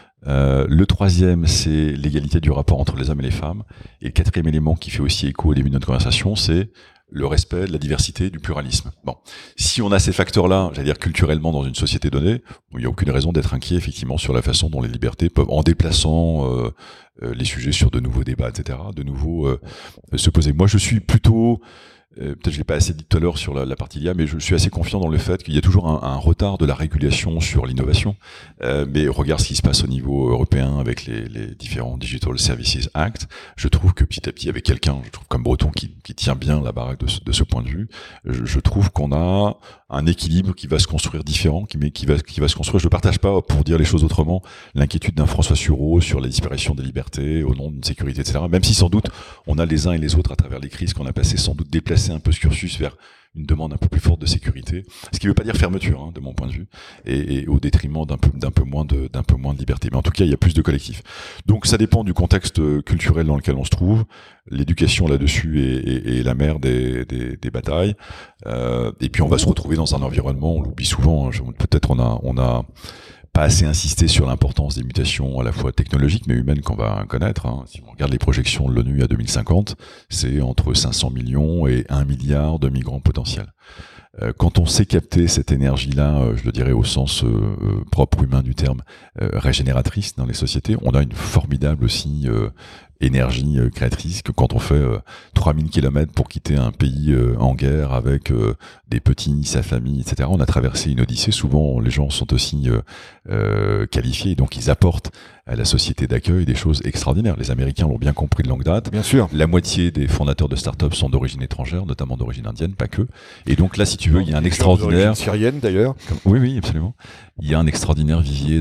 Speaker 3: Le troisième, c'est l'égalité du rapport entre les hommes et les femmes. Et le quatrième élément qui fait aussi écho au début de notre conversation, c'est le respect de la diversité, du pluralisme. Bon, si on a ces facteurs-là, j'allais dire culturellement dans une société donnée, il n'y a aucune raison d'être inquiet effectivement sur la façon dont les libertés peuvent, en déplaçant les sujets sur de nouveaux débats, etc., de nouveau se poser. Moi, je suis plutôt peut-être je l'ai pas assez dit tout à l'heure sur la partie IA, mais je suis assez confiant dans le fait qu'il y a toujours un retard de la régulation sur l'innovation. Mais regarde ce qui se passe au niveau européen avec les différents Digital Services Act. Je trouve que petit à petit, avec quelqu'un, je trouve comme Breton qui tient bien la baraque de ce point de vue, je trouve qu'on a un équilibre qui va se construire différent, qui va se construire. Je ne partage pas, pour dire les choses autrement, l'inquiétude d'un François Sureau sur la disparition des libertés au nom d'une sécurité, etc. Même si sans doute on a les uns et les autres à travers les crises qu'on a passées sans doute déplacé un peu ce cursus vers une demande un peu plus forte de sécurité, ce qui ne veut pas dire fermeture, de mon point de vue, et au détriment d'un peu moins de liberté. Mais en tout cas, il y a plus de collectifs. Donc ça dépend du contexte culturel dans lequel on se trouve. L'éducation là-dessus est la mère des batailles. Et puis on va se retrouver dans un environnement, on l'oublie souvent, peut-être on a pas assez insisté sur l'importance des mutations à la fois technologiques mais humaines qu'on va connaître. Si on regarde les projections de l'ONU à 2050, c'est entre 500 millions et 1 milliard de migrants potentiels. Quand on sait capter cette énergie-là, je le dirais au sens propre humain du terme, régénératrice dans les sociétés, on a une formidable aussi énergie créatrice que quand on fait 3000 km pour quitter un pays en guerre avec des petits, sa famille, etc. On a traversé une odyssée. Souvent, les gens sont aussi qualifiés, donc ils apportent à la société d'accueil des choses extraordinaires. Les Américains l'ont bien compris de longue date.
Speaker 2: Bien sûr.
Speaker 3: La moitié des fondateurs de start-up sont d'origine étrangère, notamment d'origine indienne, pas que. Et donc là, si tu veux, il y a un extraordinaire...
Speaker 2: syrienne d'ailleurs.
Speaker 3: Oui, absolument. Il y a un extraordinaire vivier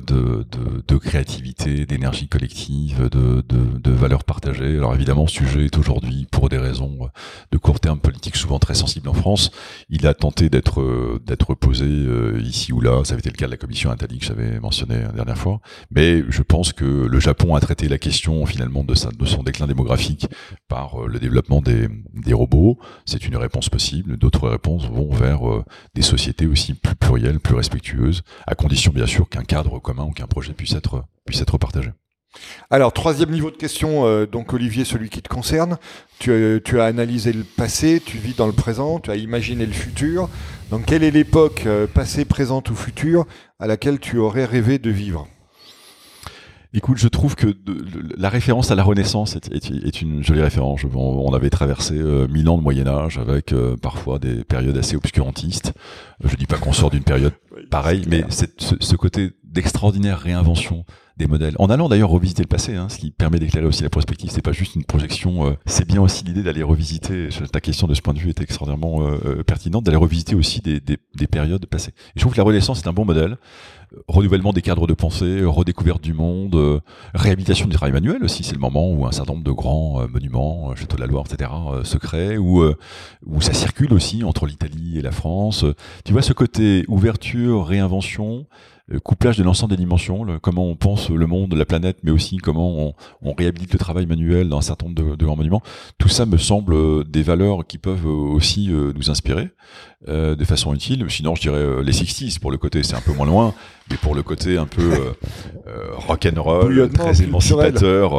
Speaker 3: de créativité, d'énergie collective, de valeurs partagées. Alors évidemment, ce sujet est aujourd'hui, pour des raisons de court terme politique souvent très sensibles en France, il a tenté d'être posé ici ou là. Ça avait été le cas de la commission Attali que j'avais mentionné la dernière fois. Mais je pense que le Japon a traité la question finalement de son déclin démographique par le développement des robots. C'est une réponse possible. D'autres réponses vont vers des sociétés aussi plus plurielles, plus respectueuses, à condition bien sûr qu'un cadre commun ou qu'un projet puisse être partagé.
Speaker 2: Alors, troisième niveau de question, donc Olivier, celui qui te concerne. Tu as analysé le passé, tu vis dans le présent, tu as imaginé le futur. Donc, quelle est l'époque passée, présente ou future à laquelle tu aurais rêvé de vivre ?
Speaker 3: Écoute, je trouve que la référence à la Renaissance est une jolie référence. On avait traversé 1000 ans de Moyen-Âge avec parfois des périodes assez obscurantistes. Je dis pas qu'on sort d'une période pareille, mais ce côté d'extraordinaire réinvention des modèles. En allant d'ailleurs revisiter le passé, ce qui permet d'éclairer aussi la prospective, c'est pas juste une projection, c'est bien aussi l'idée d'aller revisiter, ta question de ce point de vue était extraordinairement pertinente, d'aller revisiter aussi des périodes passées. Et je trouve que la Renaissance est un bon modèle. Renouvellement des cadres de pensée, redécouverte du monde, réhabilitation du travail manuel aussi, c'est le moment où un certain nombre de grands monuments, Château de la Loire, etc., se créent, où ça circule aussi entre l'Italie et la France. Tu vois ce côté ouverture, réinvention, couplage de l'ensemble des dimensions, comment on pense le monde, la planète, mais aussi comment on réhabilite le travail manuel dans un certain nombre de grands monuments. Tout ça me semble des valeurs qui peuvent aussi nous inspirer de façon utile. Sinon, je dirais les 60s pour le côté, c'est un peu moins loin, mais pour le côté un peu rock'n'roll, très émancipateur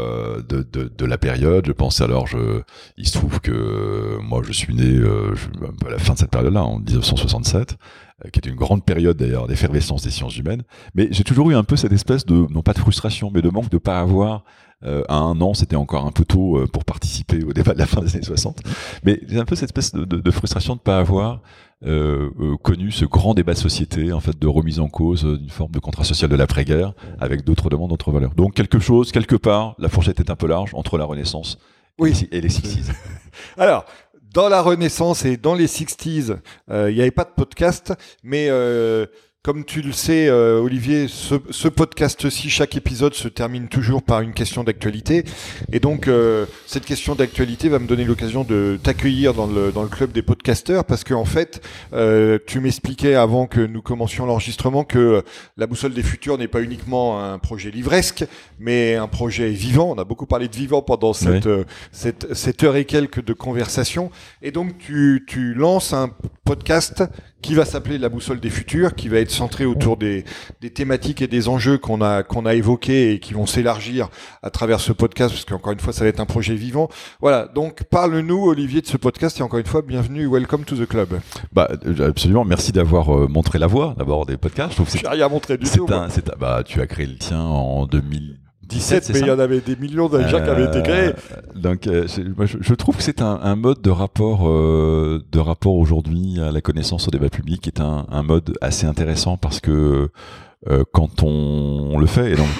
Speaker 3: de la période. Je pense alors, il se trouve que moi je suis né un peu à la fin de cette période-là, en 1967. Qui est une grande période d'ailleurs d'effervescence des sciences humaines, mais j'ai toujours eu un peu cette espèce de, non pas de frustration, mais de manque de pas avoir, à 1 an, c'était encore un peu tôt pour participer au débat de la fin des années 60, mais j'ai un peu cette espèce de frustration de pas avoir connu ce grand débat de société, en fait, de remise en cause d'une forme de contrat social de l'après-guerre, avec d'autres demandes, d'autres valeurs. Donc quelque part, la fourchette est un peu large entre la Renaissance et les 60s.
Speaker 2: Alors, dans la Renaissance et dans les 60s, il n'y avait pas de podcast, mais comme tu le sais, Olivier, ce podcast-ci, chaque épisode se termine toujours par une question d'actualité. Et donc, cette question d'actualité va me donner l'occasion de t'accueillir dans le club des podcasteurs, parce que en fait, tu m'expliquais avant que nous commencions l'enregistrement que la Boussole des Futurs n'est pas uniquement un projet livresque, mais un projet vivant. On a beaucoup parlé de vivant pendant cette heure et quelques de conversation. Et donc, tu lances un podcast qui va s'appeler La Boussole des Futurs, qui va être centré autour des thématiques et des enjeux qu'on a évoqués et qui vont s'élargir à travers ce podcast, parce qu'encore une fois, ça va être un projet vivant. Voilà, donc parle-nous, Olivier, de ce podcast, et encore une fois, bienvenue, welcome to the club.
Speaker 3: Absolument, merci d'avoir montré la voie, d'abord, des podcasts. Je trouve que
Speaker 2: j'ai rien montré du tout.
Speaker 3: Tu as créé le tien en 2017,
Speaker 2: mais il y en avait des millions déjà qui avaient été créés.
Speaker 3: Donc, je trouve que c'est un mode de rapport aujourd'hui à la connaissance, au débat public, qui est un mode assez intéressant, parce que quand on le fait, et donc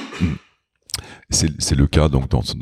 Speaker 3: c'est le cas donc dans ce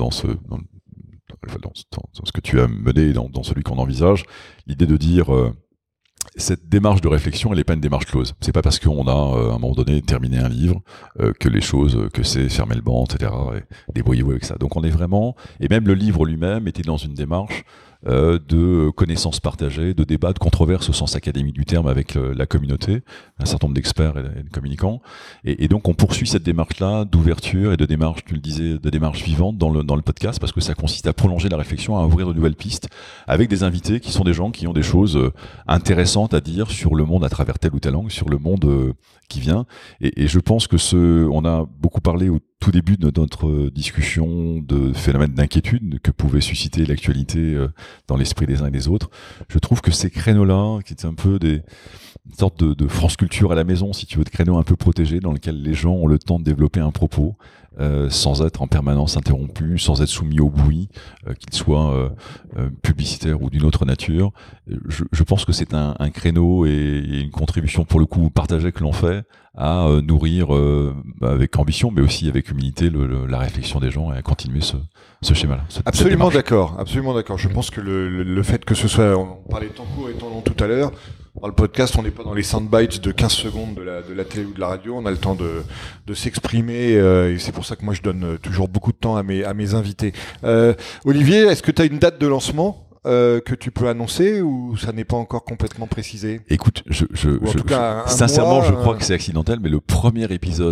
Speaker 3: que tu as mené, dans celui qu'on envisage, l'idée de dire cette démarche de réflexion, elle n'est pas une démarche close. C'est pas parce qu'on a, à un moment donné, terminé un livre, que c'est fermer le banc, etc. et débrouillez-vous avec ça. Donc on est vraiment, et même le livre lui-même était dans une démarche de connaissances partagées, de débats, de controverses au sens académique du terme avec la communauté, un certain nombre d'experts et de communicants. Et donc on poursuit cette démarche-là d'ouverture et de démarche, tu le disais, de démarche vivante dans le podcast, parce que ça consiste à prolonger la réflexion, à ouvrir de nouvelles pistes, avec des invités qui sont des gens qui ont des choses intéressantes à dire sur le monde à travers telle ou telle langue, sur le monde qui vient. Et je pense que on a beaucoup parlé au tout début de notre discussion de phénomènes d'inquiétude que pouvait susciter l'actualité dans l'esprit des uns et des autres. Je trouve que ces créneaux-là, qui étaient un peu une sorte de France Culture à la maison, si tu veux, de créneaux un peu protégés, dans lesquels les gens ont le temps de développer un propos, sans être en permanence interrompu, sans être soumis au bruit, qu'il soit publicitaire ou d'une autre nature. Je pense que c'est un créneau et une contribution pour le coup partagée que l'on fait à nourrir avec ambition, mais aussi avec humilité la réflexion des gens, et à continuer ce schéma-là.
Speaker 2: Absolument d'accord. Je pense que le fait que ce soit, on parlait de temps court et temps long tout à l'heure, dans le podcast, on n'est pas dans les soundbites de 15 secondes de la télé ou de la radio, on a le temps de s'exprimer, et c'est pour ça que moi je donne toujours beaucoup de temps à mes invités. Olivier, est-ce que tu as une date de lancement que tu peux annoncer, ou ça n'est pas encore complètement précisé?
Speaker 3: Écoute, sincèrement, je crois que c'est accidentel, mais le premier épisode du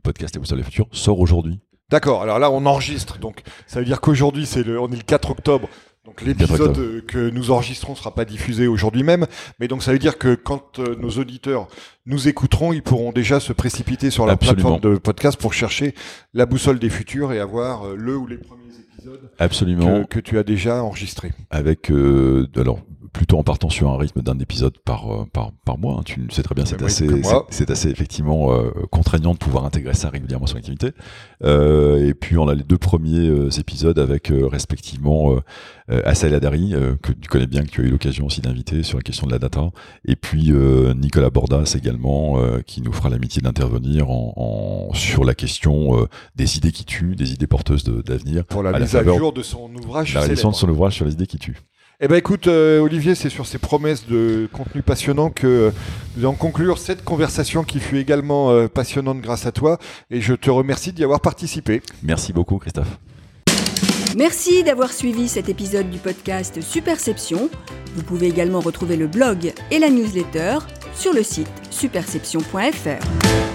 Speaker 3: podcast La Boussole des Futurs sort aujourd'hui.
Speaker 2: D'accord, alors là on enregistre, donc ça veut dire qu'aujourd'hui on est le 4 octobre, donc l'épisode que nous enregistrons ne sera pas diffusé aujourd'hui même, mais donc ça veut dire que quand nos auditeurs nous écouteront, ils pourront déjà se précipiter sur la plateforme de podcast pour chercher La Boussole des Futurs et avoir le ou les premiers épisodes que tu as déjà enregistrés.
Speaker 3: Avec, alors plutôt en partant sur un rythme d'un épisode par mois. Hein. Tu le sais très bien, c'est assez effectivement contraignant de pouvoir intégrer ça régulièrement sur l'activité. Et puis on a les 2 premiers épisodes avec respectivement Assaïl Adari, que tu connais bien, que tu as eu l'occasion aussi d'inviter sur la question de la data, et puis Nicolas Bordas également, qui nous fera l'amitié d'intervenir sur la question des idées qui tuent, des idées porteuses d'avenir.
Speaker 2: Pour la mise à jour de son ouvrage.
Speaker 3: La réalisation de son ouvrage sur les idées qui tuent.
Speaker 2: Eh ben écoute Olivier, c'est sur ces promesses de contenu passionnant que nous allons conclure cette conversation qui fut également passionnante grâce à toi, et je te remercie d'y avoir participé.
Speaker 3: Merci beaucoup Christophe.
Speaker 1: Merci d'avoir suivi cet épisode du podcast Superception. Vous pouvez également retrouver le blog et la newsletter sur le site superception.fr.